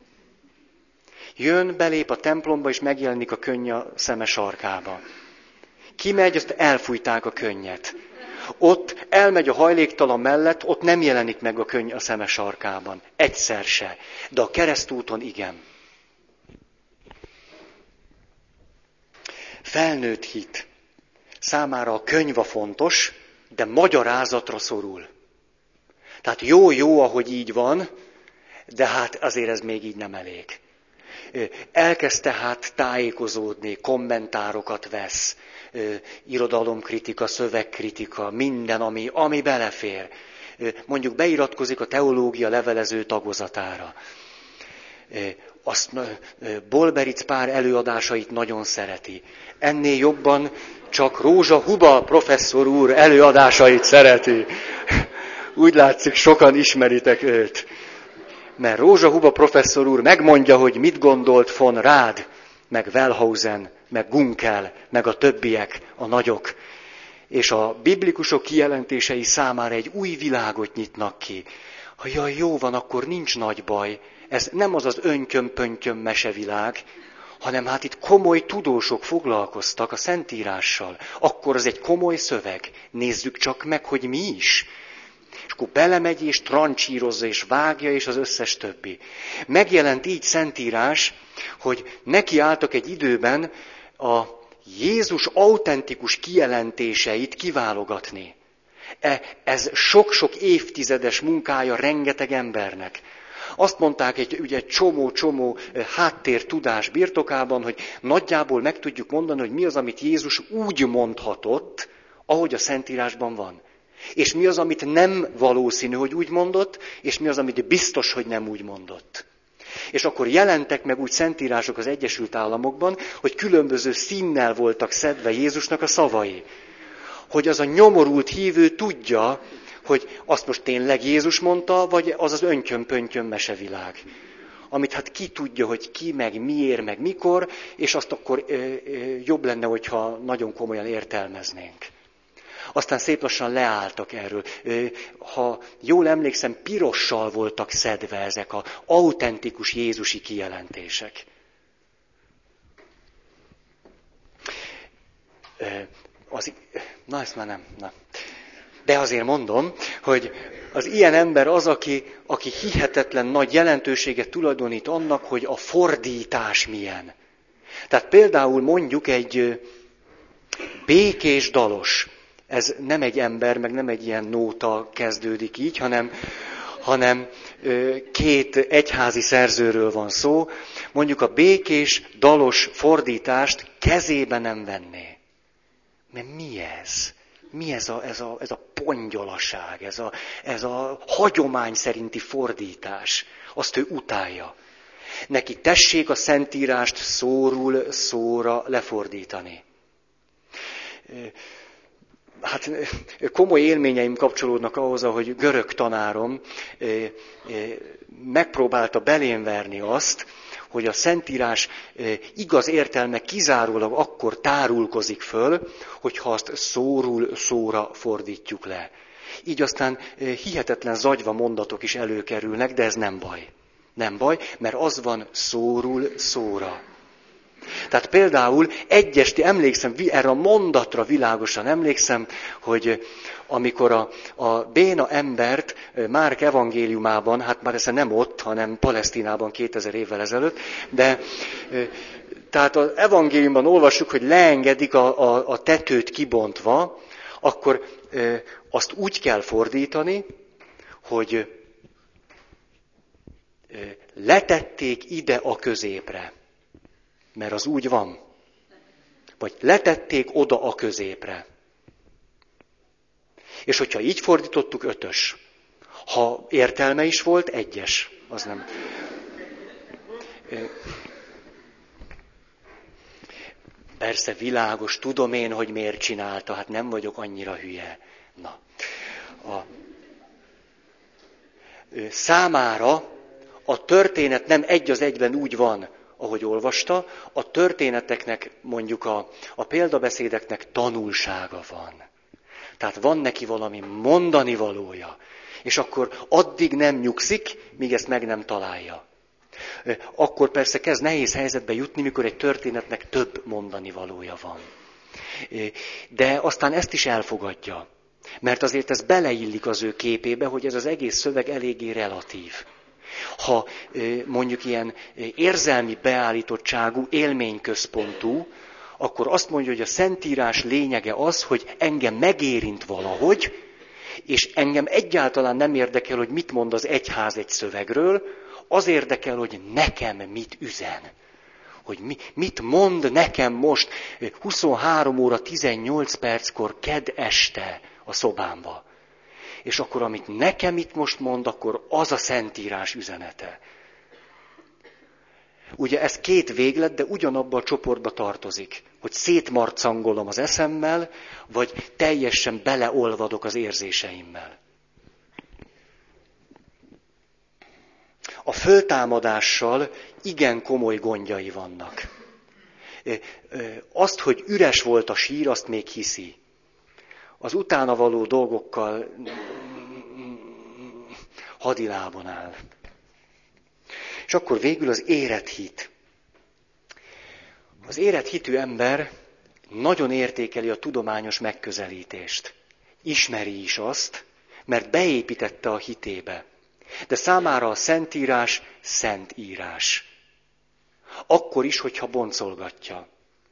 Jön, belép a templomba, és megjelenik a könny a szeme sarkába. Kimegy, azt elfújták a könnyet. Ott elmegy a hajléktalan mellett, ott nem jelenik meg a könny a szeme sarkában. Egyszer se. De a keresztúton igen. Felnőtt hit. Számára a könyv a fontos, de magyarázatra szorul. Tehát jó-jó, ahogy így van, de hát azért ez még így nem elég. Elkezd tehát tájékozódni, kommentárokat vesz, irodalomkritika, szövegkritika, minden, ami, ami belefér. Mondjuk beiratkozik a teológia levelező tagozatára. Azt Bolberic Pál előadásait nagyon szereti. Ennél jobban csak Rózsa Huba professzor úr előadásait szereti. Úgy látszik, sokan ismeritek őt. Mert Rózsa Huba professzor úr megmondja, hogy mit gondolt von Rád, meg Wellhausen, meg Gunkel, meg a többiek, a nagyok. És a biblikusok kijelentései számára egy új világot nyitnak ki. Ha jaj, jó van, akkor nincs nagy baj. Ez nem az az önköm-pönköm mesevilág, hanem hát itt komoly tudósok foglalkoztak a Szentírással. Akkor az egy komoly szöveg. Nézzük csak meg, hogy mi is. És akkor belemegy, és trancsírozza, és vágja, és az összes többi. Megjelent így Szentírás, hogy nekiálltak egy időben a Jézus autentikus kijelentéseit kiválogatni. Ez sok-sok évtizedes munkája rengeteg embernek. Azt mondták egy ugye, csomó-csomó háttértudás birtokában, hogy nagyjából meg tudjuk mondani, hogy mi az, amit Jézus úgy mondhatott, ahogy a Szentírásban van. És mi az, amit nem valószínű, hogy úgy mondott, és mi az, amit biztos, hogy nem úgy mondott. És akkor jelentek meg úgy szentírások az Egyesült Államokban, hogy különböző színnel voltak szedve Jézusnak a szavai. Hogy az a nyomorult hívő tudja, hogy azt most tényleg Jézus mondta, vagy az az önköm-pönköm mesevilág. Amit hát ki tudja, hogy ki, meg miért, meg mikor, és azt akkor ö, ö, jobb lenne, hogyha nagyon komolyan értelmeznénk. Aztán szép lassan leálltak erről. Ha jól emlékszem, pirossal voltak szedve ezek az autentikus jézusi kijelentések. Az, na, ezt már nem. Na. De azért mondom, hogy az ilyen ember az, aki, aki hihetetlen nagy jelentőséget tulajdonít annak, hogy a fordítás milyen. Tehát például mondjuk egy békés dalos. Ez nem egy ember, meg nem egy ilyen nóta kezdődik így, hanem, hanem két egyházi szerzőről van szó. Mondjuk a békés, dalos fordítást kezébe nem venné. Mert mi ez? Mi ez a, ez a, ez a pongyolaság, ez a, ez a hagyomány szerinti fordítás? Azt ő utálja. Neki tessék a Szentírást szóról szóra lefordítani. Hát komoly élményeim kapcsolódnak ahhoz, ahogy görög tanárom megpróbálta belém verni azt, hogy a Szentírás igaz értelme kizárólag akkor tárulkozik föl, hogyha azt szóról szóra fordítjuk le. Így aztán hihetetlen zagyva mondatok is előkerülnek, de ez nem baj. Nem baj, mert az van szóról szóra. Tehát például egyesti, emlékszem, erre a mondatra világosan emlékszem, hogy amikor a, a béna embert Márk evangéliumában, hát már ez nem ott, hanem Palesztinában kétezer évvel ezelőtt, de tehát az evangéliumban olvassuk, hogy leengedik a, a, a tetőt kibontva, akkor azt úgy kell fordítani, hogy letették ide a középre. Mert az úgy van. Vagy letették oda a középre. És hogyha így fordítottuk, ötös. Ha értelme is volt, egyes. Az nem. Persze világos, tudom én, hogy miért csinálta, hát nem vagyok annyira hülye. Na. A... Számára a történet nem egy az egyben úgy van, ahogy olvasta, a történeteknek, mondjuk a, a példabeszédeknek tanulsága van. Tehát van neki valami mondani valója. És akkor addig nem nyugszik, míg ezt meg nem találja. Akkor persze kezd nehéz helyzetbe jutni, mikor egy történetnek több mondani valója van. De aztán ezt is elfogadja. Mert azért ez beleillik az ő képébe, hogy ez az egész szöveg eléggé relatív. Ha mondjuk ilyen érzelmi beállítottságú, élményközpontú, akkor azt mondja, hogy a Szentírás lényege az, hogy engem megérint valahogy, és engem egyáltalán nem érdekel, hogy mit mond az egyház egy szövegről, az érdekel, hogy nekem mit üzen. Hogy mi, mit mond nekem most huszonhárom óra tizennyolc perckor kedd este a szobámba. És akkor, amit nekem itt most mond, akkor az a Szentírás üzenete. Ugye ez két véglet, de ugyanabba a csoportba tartozik. Hogy szétmarcangolom az eszemmel, vagy teljesen beleolvadok az érzéseimmel. A föltámadással igen komoly gondjai vannak. Azt, hogy üres volt a sír, azt még hiszi. Az utána való dolgokkal hadilában áll. És akkor végül az érett hit. Az érett hitű ember nagyon értékeli a tudományos megközelítést. Ismeri is azt, mert beépítette a hitébe. De számára a Szentírás szentírás. Akkor is, hogyha boncolgatja.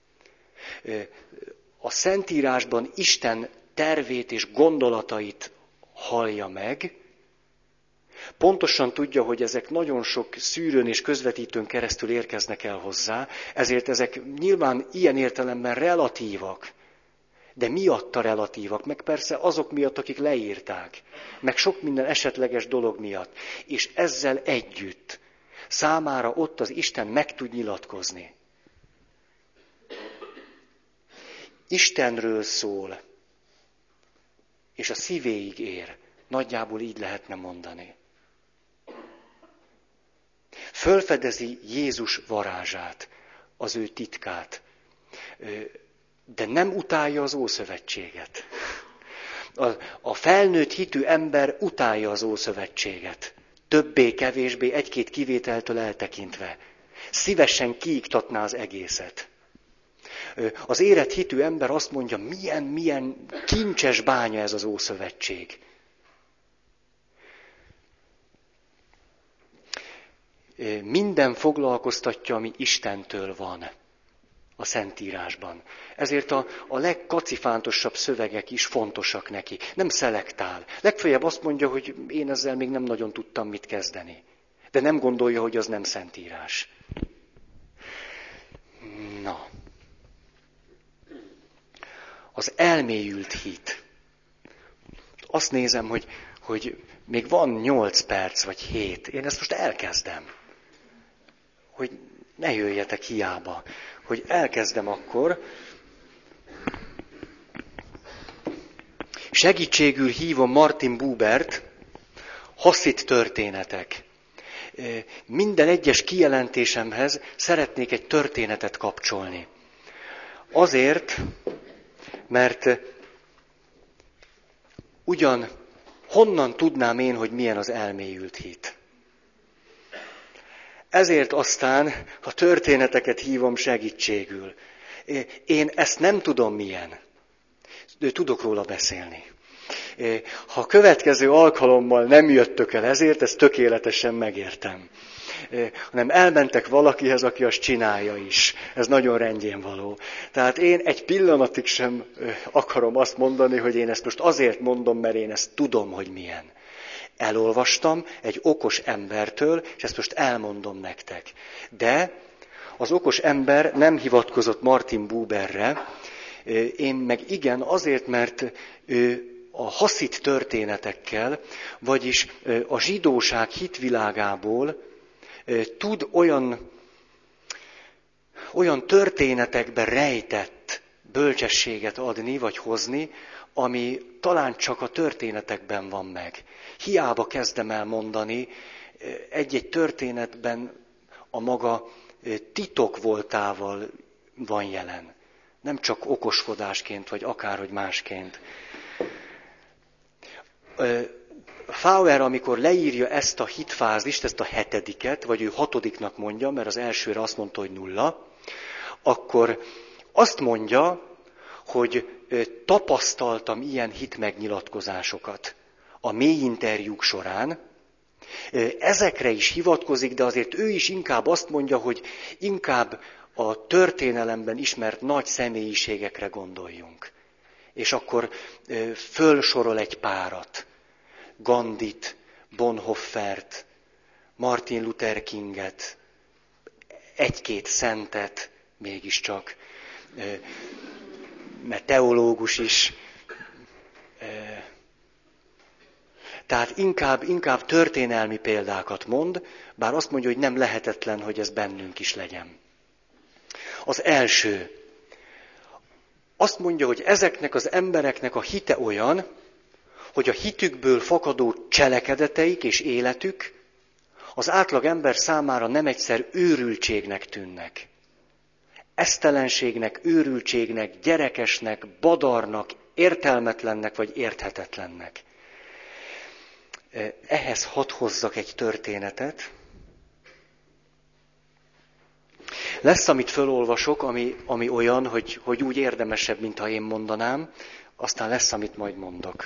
A Szentírásban Isten tervét és gondolatait hallja meg, pontosan tudja, hogy ezek nagyon sok szűrőn és közvetítőn keresztül érkeznek el hozzá, ezért ezek nyilván ilyen értelemben relatívak, de miatta relatívak, meg persze azok miatt, akik leírták, meg sok minden esetleges dolog miatt, és ezzel együtt számára ott az Isten meg tud nyilatkozni. Istenről szól, és a szívéig ér. Nagyjából így lehetne mondani. Fölfedezi Jézus varázsát, az ő titkát, de nem utálja az Ószövetséget. A, a felnőtt hitű ember utálja az Ószövetséget. Többé-kevésbé, egy-két kivételtől eltekintve. Szívesen kiiktatná az egészet. Az érett hitű ember azt mondja, milyen, milyen kincses bánya ez az Ószövetség. Minden foglalkoztatja, ami Istentől van a Szentírásban. Ezért a, a legkacifántosabb szövegek is fontosak neki. Nem szelektál. Legfeljebb azt mondja, hogy én ezzel még nem nagyon tudtam mit kezdeni. De nem gondolja, hogy az nem Szentírás. Na. Az elmélyült hit. Azt nézem, hogy, hogy még van nyolc perc, vagy hét. Én ezt most elkezdem. Hogy ne jöjjetek hiába. Hogy elkezdem akkor. Segítségül hívom Martin Bubert, Hasszit történetek. Minden egyes kijelentésemhez szeretnék egy történetet kapcsolni. Azért, mert ugyan honnan tudnám én, hogy milyen az elmélyült hit? Ezért aztán a történeteket hívom segítségül. Én ezt nem tudom milyen. De tudok róla beszélni. Ha a következő alkalommal nem jöttök el ezért, ezt tökéletesen megértem. Hanem elmentek valakihez, aki azt csinálja is. Ez nagyon rendjén való. Tehát én egy pillanatig sem akarom azt mondani, hogy én ezt most azért mondom, mert én ezt tudom, hogy milyen. Elolvastam egy okos embertől, és ezt most elmondom nektek. De az okos ember nem hivatkozott Martin Buberre, én meg igen, azért, mert a haszit történetekkel, vagyis a zsidóság hitvilágából tud olyan, olyan történetekbe rejtett bölcsességet adni, vagy hozni, ami talán csak a történetekben van meg. Hiába kezdem el mondani, egy-egy történetben a maga titok voltával van jelen. Nem csak okoskodásként, vagy akárhogy másként. Fauer, amikor leírja ezt a hitfázist, ezt a hetediket, vagy ő hatodiknak mondja, mert az elsőre azt mondta, hogy nulla, akkor azt mondja, hogy tapasztaltam ilyen hitmegnyilatkozásokat a mély interjúk során. Ezekre is hivatkozik, de azért ő is inkább azt mondja, hogy inkább a történelemben ismert nagy személyiségekre gondoljunk. És akkor fölsorol egy párat. Gandhit, Bonhoeffert, Martin Luther Kinget, egy-két szentet mégiscsak, mert teológus is. Tehát inkább, inkább történelmi példákat mond, bár azt mondja, hogy nem lehetetlen, hogy ez bennünk is legyen. Az első. Azt mondja, hogy ezeknek az embereknek a hite olyan, hogy a hitükből fakadó cselekedeteik és életük az átlag ember számára nem egyszer őrültségnek tűnnek. Esztelenségnek, őrültségnek, gyerekesnek, badarnak, értelmetlennek vagy érthetetlennek. Ehhez hadd hozzak egy történetet. Lesz, amit fölolvasok, ami, ami olyan, hogy, hogy úgy érdemesebb, mintha én mondanám, aztán lesz, amit majd mondok.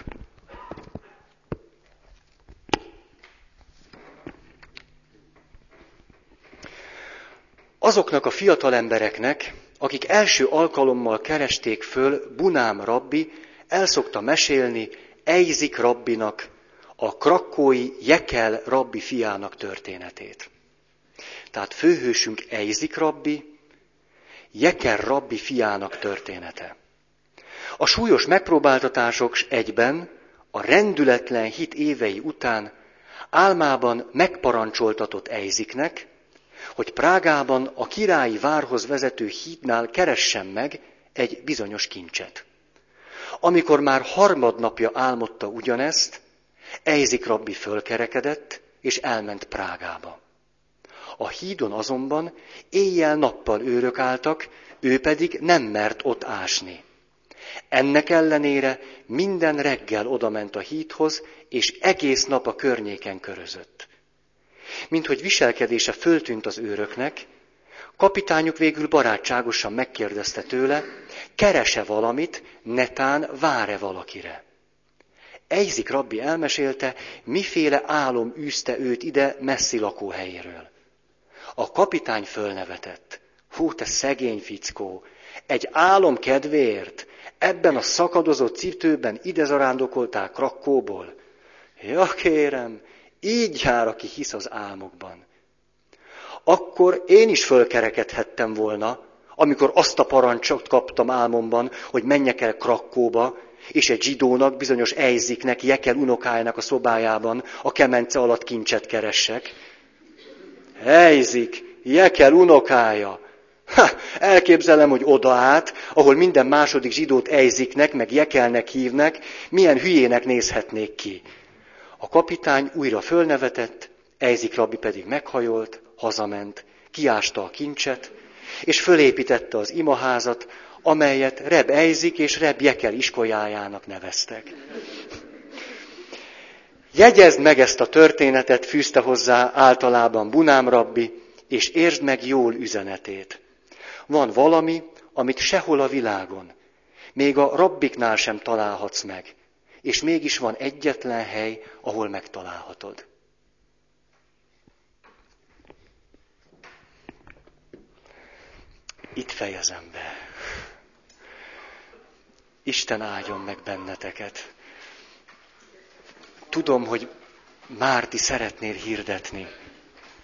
Azoknak a fiatal embereknek, akik első alkalommal keresték föl Bunám rabbi, el szokta mesélni Ejzik rabbinak, a krakkói Jekel rabbi fiának történetét. Tehát főhősünk Ejzik rabbi, Jekel rabbi fiának története. A súlyos megpróbáltatások egyben a rendületlen hit évei után álmában megparancsoltatott Ejziknek, hogy Prágában a királyi várhoz vezető hídnál keressen meg egy bizonyos kincset. Amikor már harmadnapja álmodta ugyanezt, Ejzik rabbi fölkerekedett, és elment Prágába. A hídon azonban éjjel-nappal őrök álltak, ő pedig nem mert ott ásni. Ennek ellenére minden reggel odament a hídhoz, és egész nap a környéken körözött. Minthogy viselkedése föltűnt az őröknek, kapitányuk végül barátságosan megkérdezte tőle, kerese valamit, netán vár-e valakire. Ejzik rabbi elmesélte, miféle álom űzte őt ide messzi lakóhelyéről. A kapitány fölnevetett. Hú, te szegény fickó, egy álom kedvéért ebben a szakadozott cipőben ide zarándokoltál Krakkóból. Ja, kérem, így jár, aki hisz az álmokban. Akkor én is fölkerekedhettem volna, amikor azt a parancsot kaptam álmomban, hogy menjek el Krakkóba, és egy zsidónak, bizonyos Ejziknek, Jekel unokájának a szobájában a kemence alatt kincset keressek. Ejzik, Jekel unokája. Ha, elképzelem, hogy oda át, ahol minden második zsidót Ejziknek, meg Jekelnek hívnek, milyen hülyének nézhetnék ki. A kapitány újra fölnevetett, Ejzik rabbi pedig meghajolt, hazament, kiásta a kincset, és fölépítette az imaházat, amelyet Reb Ejzik és Reb Jekel iskolájának neveztek. Jegyezd meg ezt a történetet, fűzte hozzá általában Bunám rabbi, és értsd meg jól üzenetét. Van valami, amit sehol a világon, még a rabbiknál sem találhatsz meg, és mégis van egyetlen hely, ahol megtalálhatod. Itt fejezem be. Isten áldjon meg benneteket. Tudom, hogy Márti szeretnél hirdetni.